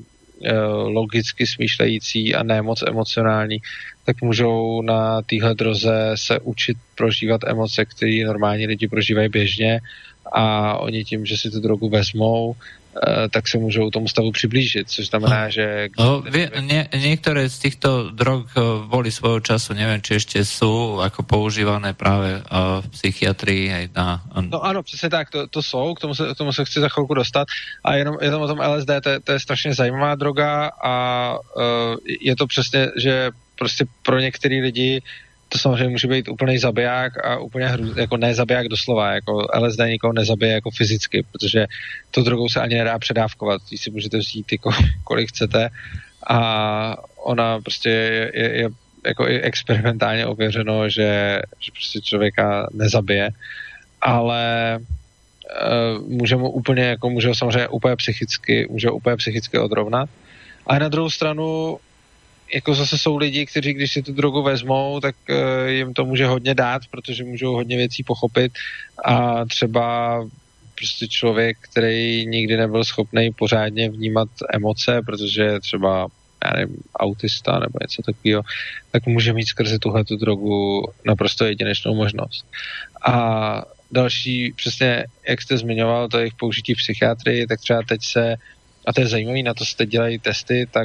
logicky smýšlející a ne moc emocionální, tak můžou na téhle droze se učit prožívat emoce, které normální lidi prožívají běžně a oni tím, že si tu drogu vezmou, tak se môžu tomu stavu přiblížiť, což znamená, že... Niektoré z týchto drog boli svojho času, neviem, či ešte sú ako používané práve v psychiatrii aj na... No áno, přesně tak, to jsou, k tomu se chci za chvilku dostat a jenom o tom LSD, to je strašně zajímavá droga a je to přesně, že prostě pro některý lidi to samozřejmě může být úplný zabiják a úplně jako ne zabiják doslova, jako LSD nikoho nezabije jako fyzicky, protože tou drogou se ani nedá předávkovat, ji si můžete vzít jako kolik chcete a ona prostě je jako i experimentálně ověřeno, že prostě člověka nezabije, ale může ho samozřejmě úplně psychicky odrovnat. A na druhou stranu jako zase jsou lidi, kteří když si tu drogu vezmou, tak jim to může hodně dát, protože můžou hodně věcí pochopit a třeba prostě člověk, který nikdy nebyl schopný pořádně vnímat emoce, protože třeba já nevím, autista nebo něco takového, tak může mít skrze tuhletu drogu naprosto jedinečnou možnost. A další, přesně jak jste zmiňoval, to jejich použití v psychiatrii, tak třeba teď a to je zajímavé, na to se teď dělají testy, tak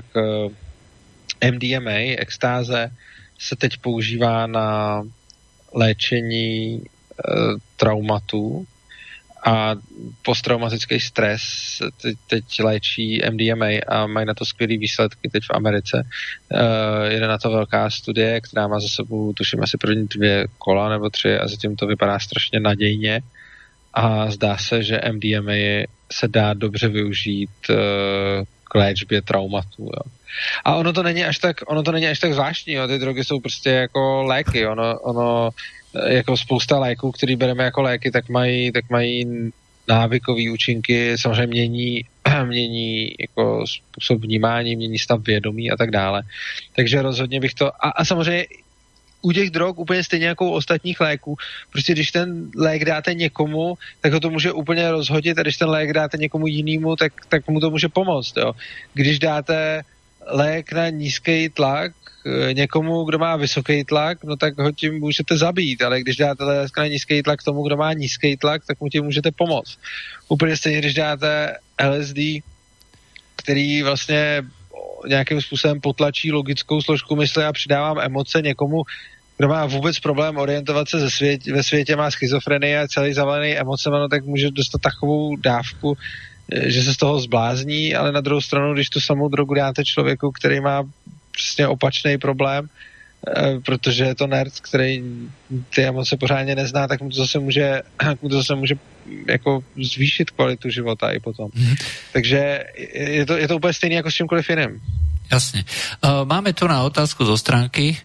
MDMA, extáze, se teď používá na léčení traumatů a posttraumatický stres teď léčí MDMA a mají na to skvělý výsledky teď v Americe. Jede na to velká studie, která má za sebou, tuším, asi první 2 kola nebo 3 a zatím to vypadá strašně nadějně a zdá se, že MDMA se dá dobře využít k léčbě traumatů. Jo. A ono to není až tak zvláštní, jo. Ty drogy jsou prostě jako léky, ono jako spousta léků, který bereme jako léky, tak mají návykový účinky, samozřejmě mění jako způsob vnímání, mění stav vědomí a tak dále. Takže rozhodně bych to, a samozřejmě u těch drog úplně stejně jako u ostatních léků, prostě když ten lék dáte někomu, tak ho to může úplně rozhodit a když ten lék dáte někomu jinému, tak mu to může pomoct, jo. Když dáte lék na nízký tlak někomu, kdo má vysoký tlak, no tak ho tím můžete zabít, ale když dáte lék na nízký tlak tomu, kdo má nízký tlak, tak mu tím můžete pomoct. Úplně stejně, když dáte LSD, který vlastně nějakým způsobem potlačí logickou složku mysli a přidávám emoce někomu, kdo má vůbec problém orientovat se ve světě, má schizofrenii a celý zavalený emocema, no tak může dostat takovou dávku, že se z toho zblázní, ale na druhou stranu, když tu samou drogu dáte člověku, který má přesně opačný problém, protože je to nerd, který ty emoce pořádně nezná, tak mu to zase může jako zvýšit kvalitu života i potom. Takže je to úplně stejné jako s čímkoliv jiným. Jasne. Máme tu na otázku zo stránky.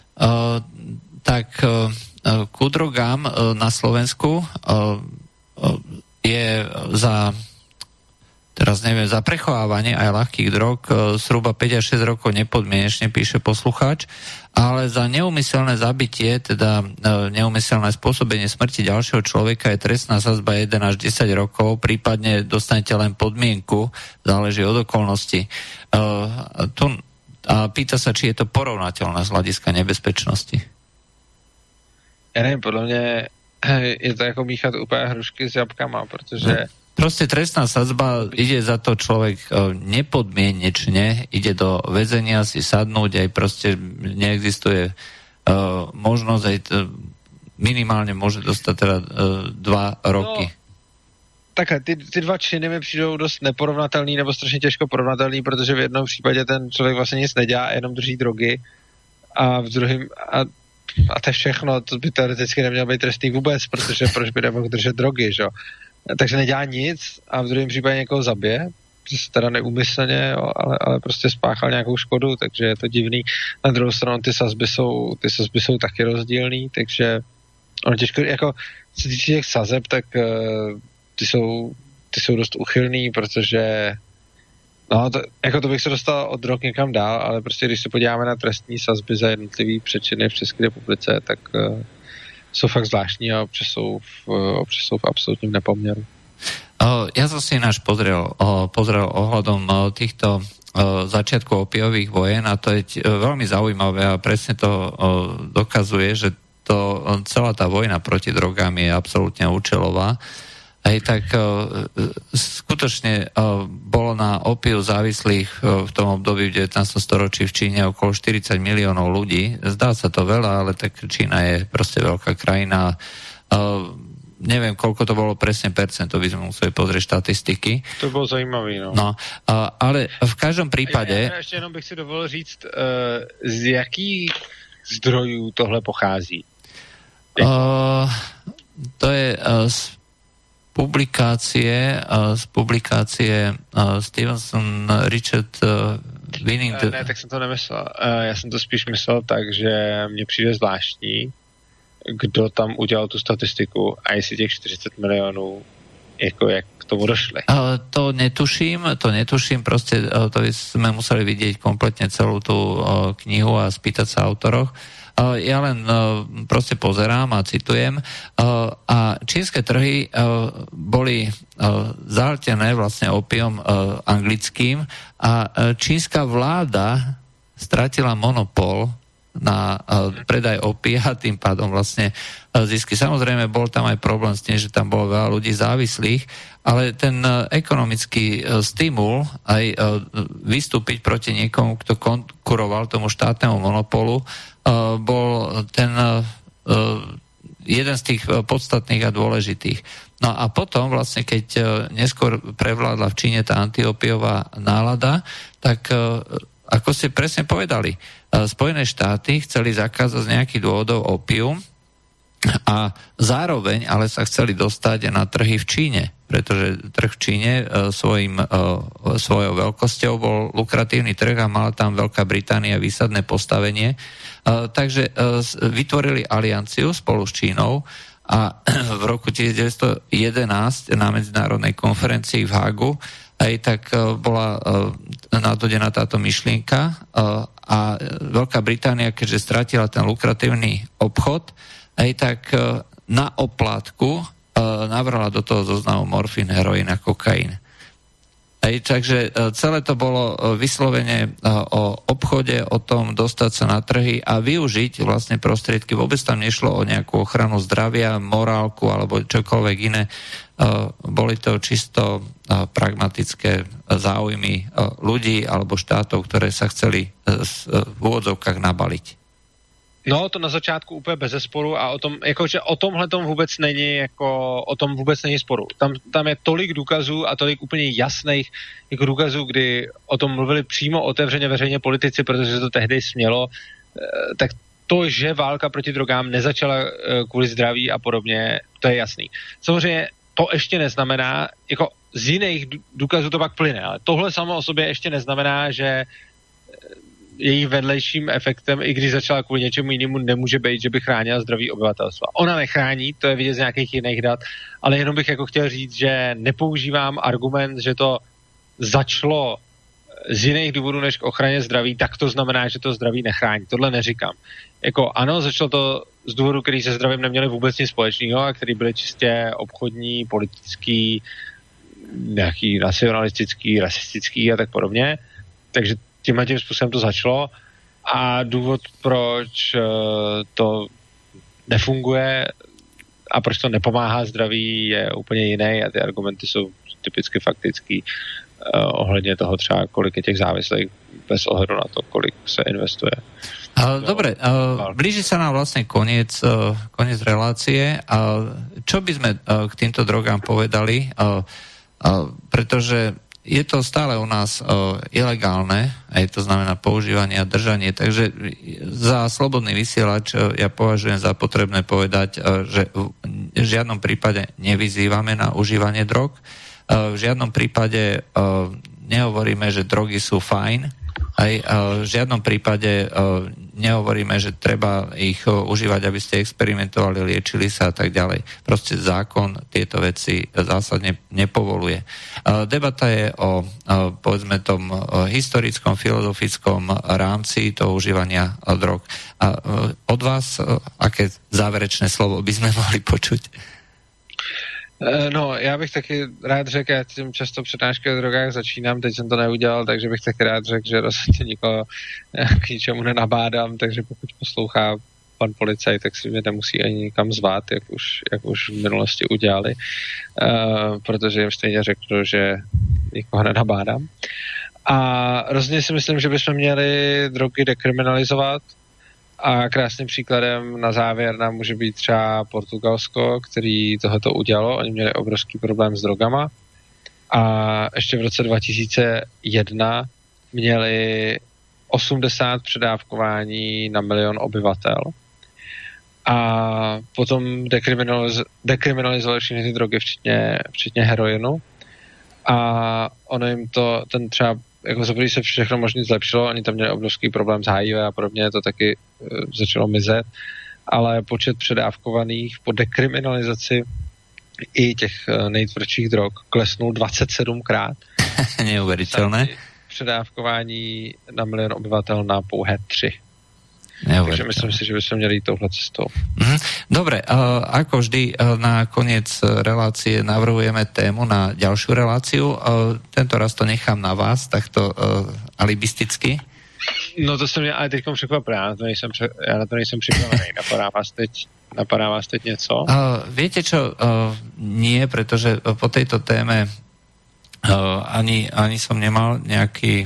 Ku drogám na Slovensku je za prechovávanie aj ľahkých drog zhruba 5 až 6 rokov nepodmienečne, píše poslucháč, ale za neúmyselné zabitie, teda neúmyselné spôsobenie smrti ďalšieho človeka je trestná sadzba 1 až 10 rokov, prípadne dostanete len podmienku, záleží od okolností. A pýta sa, či je to porovnateľné z hľadiska nebezpečnosti. Ja neviem, podľa mňa je to ako míchat úplne hrušky s jabkama, pretože proste trestná sadzba, ide za to človek nepodmienečne, ide do väzenia si sadnúť, aj proste neexistuje možnosť, aj minimálne môže dostať teda 2 roky. No, takhle, ty 2 činy mi přijdou dost neporovnatelný nebo strašně těžko porovnatelný, protože v jednom případě ten člověk vlastně nic nedělá, jenom drží drogy a v druhém a to je všechno, to by teoreticky nemělo být trestný vůbec, protože proč by nemohl držet drogy, že jo? Takže nedělá nic a v druhém případě někoho zabije, teda neúmyslně, jo, ale prostě spáchal nějakou škodu, takže je to divný. Na druhou stranu ty sazby jsou taky rozdílný, takže ono těžko, jako co týče těch sazeb, tak ty jsou dost uchylný, protože to bych se dostal od drog někam dál, ale prostě když se podíváme na trestní sazby za jednotlivý přečiny v České republice, tak sú fakt zvláštní a občas sú v absolútnym nepoměru. Ja som si ináč pozrel ohľadom týchto začiatku opiových vojen a to je veľmi zaujímavé a presne to dokazuje, že celá tá vojna proti drogám je absolútne účelová. Tak skutočne bolo na opiu závislých v tom období v 19. storočí v Číne okolo 40 miliónov ľudí. Zdá sa to veľa, ale tak Čína je proste veľká krajina. Neviem, koľko to bolo presne percent, to by sme museli pozrieť štatistiky. To bolo zaujímavé, no. Ale v každom prípade... Ja ešte jenom bych si dovolil říct, z jakých zdrojů tohle pochází? To je z publikácie Stevenson Richard Winning... Ne, tak jsem to nemyslel. Já jsem to spíš myslel tak, že mně přijde zvláštní, kdo tam udělal tu statistiku a jestli těch 40 milionů, jako jak k tomu došli. To netuším, proste to sme museli vidieť kompletne celú tú knihu a spýtať sa autoroch. Ja len proste pozerám a citujem. A čínske trhy boli zahltené vlastne opiom anglickým a čínska vláda stratila monopol na predaj opia a tým pádom vlastne zisky. Samozrejme, bol tam aj problém s tým, že tam bolo veľa ľudí závislých, ale ten ekonomický stimul aj vystúpiť proti niekomu, kto konkuroval tomu štátnemu monopolu, bol ten jeden z tých podstatných a dôležitých. No a potom vlastne, keď neskôr prevládla v Číne tá antiopiová nálada, tak ako ste presne povedali, Spojené štáty chceli zakázať z nejakých dôvodov opium a zároveň ale sa chceli dostať na trhy v Číne, pretože trh v Číne svojou veľkosťou bol lukratívny trh a mala tam Veľká Británia výsadné postavenie. Takže vytvorili alianciu spolu s Čínou a v roku 1911 na medzinárodnej konferencii v Hagu tak bola nadodená táto myšlienka a Veľká Británia, keďže stratila ten lukratívny obchod, tak na oplátku navrhla do toho zoznamu morfín, heroín a kokain. Takže celé to bolo vyslovene o obchode, o tom dostať sa na trhy a využiť vlastne prostriedky. Vôbec tam nešlo o nejakú ochranu zdravia, morálku alebo čokoľvek iné. Boli to čisto pragmatické záujmy ľudí alebo štátov, ktoré sa chceli v úvodzovkách nabaliť. No, to na začátku úplně bezesporu a o tom, jakože o tomhle tom vůbec není, jako o tom vůbec není sporu. Tam je tolik důkazů a tolik úplně jasných jako důkazů, kdy o tom mluvili přímo otevřeně veřejně politici, protože to tehdy smělo, tak to, že válka proti drogám nezačala kvůli zdraví a podobně, to je jasný. Samozřejmě to ještě neznamená, jako z jiných důkazů to pak plyne, ale tohle samo o sobě ještě neznamená, že její vedlejším efektem, i když začala kvůli něčemu jinému, nemůže být, že by chránila zdraví obyvatelstva. Ona nechrání, to je vidět z nějakých jiných dat, ale jenom bych jako chtěl říct, že nepoužívám argument, že to začalo z jiných důvodů než k ochraně zdraví, tak to znamená, že to zdraví nechrání. Tohle neříkám. Jako ano, začalo to z důvodu, který se zdravím neměli vůbec nic společného a který byly čistě obchodní, politický, nějaký nacionalistický, rasistický a tak podobně. Takže tím způsobem to začalo a důvod, proč to nefunguje a proč to nepomáhá zdraví, je úplně jiný a ty argumenty jsou typicky faktický ohledně toho třeba, kolik je těch závislých bez ohledu na to, kolik se investuje. Dobre, blíži sa nám vlastne koniec relácie. Čo by sme k týmto drogám povedali? Pretože je to stále u nás ilegálne, aj to znamená používanie a držanie, takže za slobodný vysielač ja považujem za potrebné povedať, že v žiadnom prípade nevyzývame na užívanie drog, v žiadnom prípade nehovoríme, že drogy sú fajn, aj v žiadnom prípade nehovoríme, že treba ich užívať, aby ste experimentovali, liečili sa a tak ďalej. Proste zákon tieto veci zásadne nepovoluje. Debata je o, povedzme, tom historickom, filozofickom rámci toho užívania drog. A od vás, aké záverečné slovo by sme mohli počuť? No, já bych taky rád řekl, já tím často přednášky o drogách začínám, teď jsem to neudělal, takže bych taky rád řekl, že rozhodně nikoho k ničemu nenabádám, takže pokud poslouchá pan policajt, tak si mě nemusí ani nikam zvát, jak už v minulosti udělali, protože jim stejně řeknu, že nikoho nenabádám. A rozhodně si myslím, že bychom měli drogy dekriminalizovat a krásným příkladem na závěr nám může být třeba Portugalsko, který tohoto udělalo. Oni měli obrovský problém s drogama a ještě v roce 2001 měli 80 předávkování na 1 milion obyvatel. A potom dekriminalizovali všechny ty drogy, včetně heroinu. A ono jim to, ten třeba, jako za první se všechno možný zlepšilo, oni tam měli obrovský problém s HIV a podobně, to taky začalo mizet, ale počet předávkovaných po dekriminalizaci i těch nejtvrdších drog klesnul 27krát. Neuvěřitelné. Předávkování na 1 milion obyvatel na pouhé 3. Takže myslím si, že bychom měli jít touhle cestou. Dobre, ako vždy na koniec relácie navrhujeme tému na ďalšiu reláciu. Tento raz to nechám na vás, takto alibisticky. No to se mě ale teďkom překvapil, já na to nejsem připravený. Napadá vás teď něco? Viete čo, nie, pretože po tejto téme ani som nemal nejaký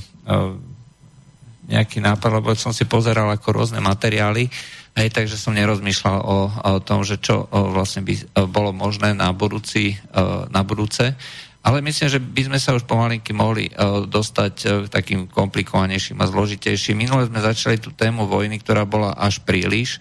nápad, lebo som si pozeral ako rôzne materiály, takže som nerozmýšľal o tom, že čo vlastne by bolo možné na budúce. Ale myslím, že by sme sa už pomalinky mohli dostať k takým komplikovanejším a zložitejším. Minule sme začali tú tému vojny, ktorá bola až príliš.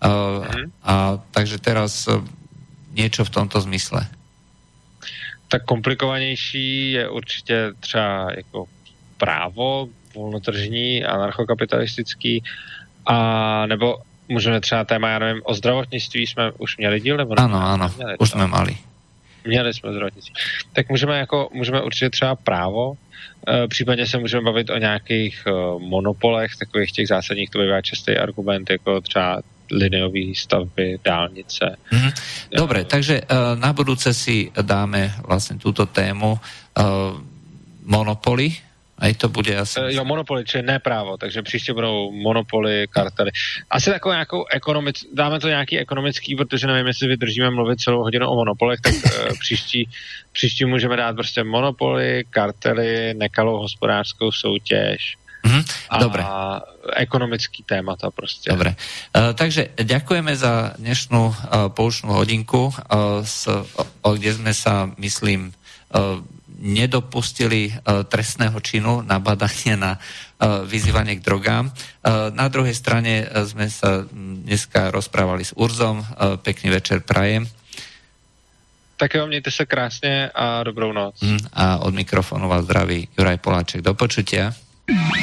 Takže teraz niečo v tomto zmysle. Tak komplikovanější je určitě třeba jako právo volnotržní, anarchokapitalistický, a nebo můžeme třeba téma, já nevím, o zdravotnictví jsme už měli díl, nebo ano, už jsme mali. Měli jsme zdravotnictví. Tak můžeme určitě třeba právo, případně se můžeme bavit o nějakých monopolech, takových těch zásadních, to bývá častý argument, jako třeba liniové stavby, dálnice. Dobre, takže na budúce si dáme vlastne túto tému monopoly. A to bude asi... Jo, monopoly, či ne právo, takže příště budou monopoly, kartely. Asi takovou nějakou dáme to nějaký ekonomický, protože nevím, jestli vydržíme mluvit celou hodinu o monopolech, tak příští můžeme dát prostě monopoly, kartely, nekalou hospodářskou soutěž. Dobre. A ekonomický témata prostě. Dobre. Takže ďakujeme za dnešnú poučnú hodinku, kde sme sa, myslím, nedopustili trestného činu nabádanie na vyzývanie k drogám. Na druhej strane sme sa dneska rozprávali s Urzom. Pekný večer prajem. Tak jo, mějte se krásně a dobrou noc. A od mikrofónu vás zdraví Juraj Poláček. Do počutia.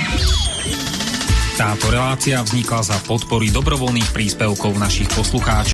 Táto relácia vznikla za podpory dobrovoľných príspevkov našich poslucháčov.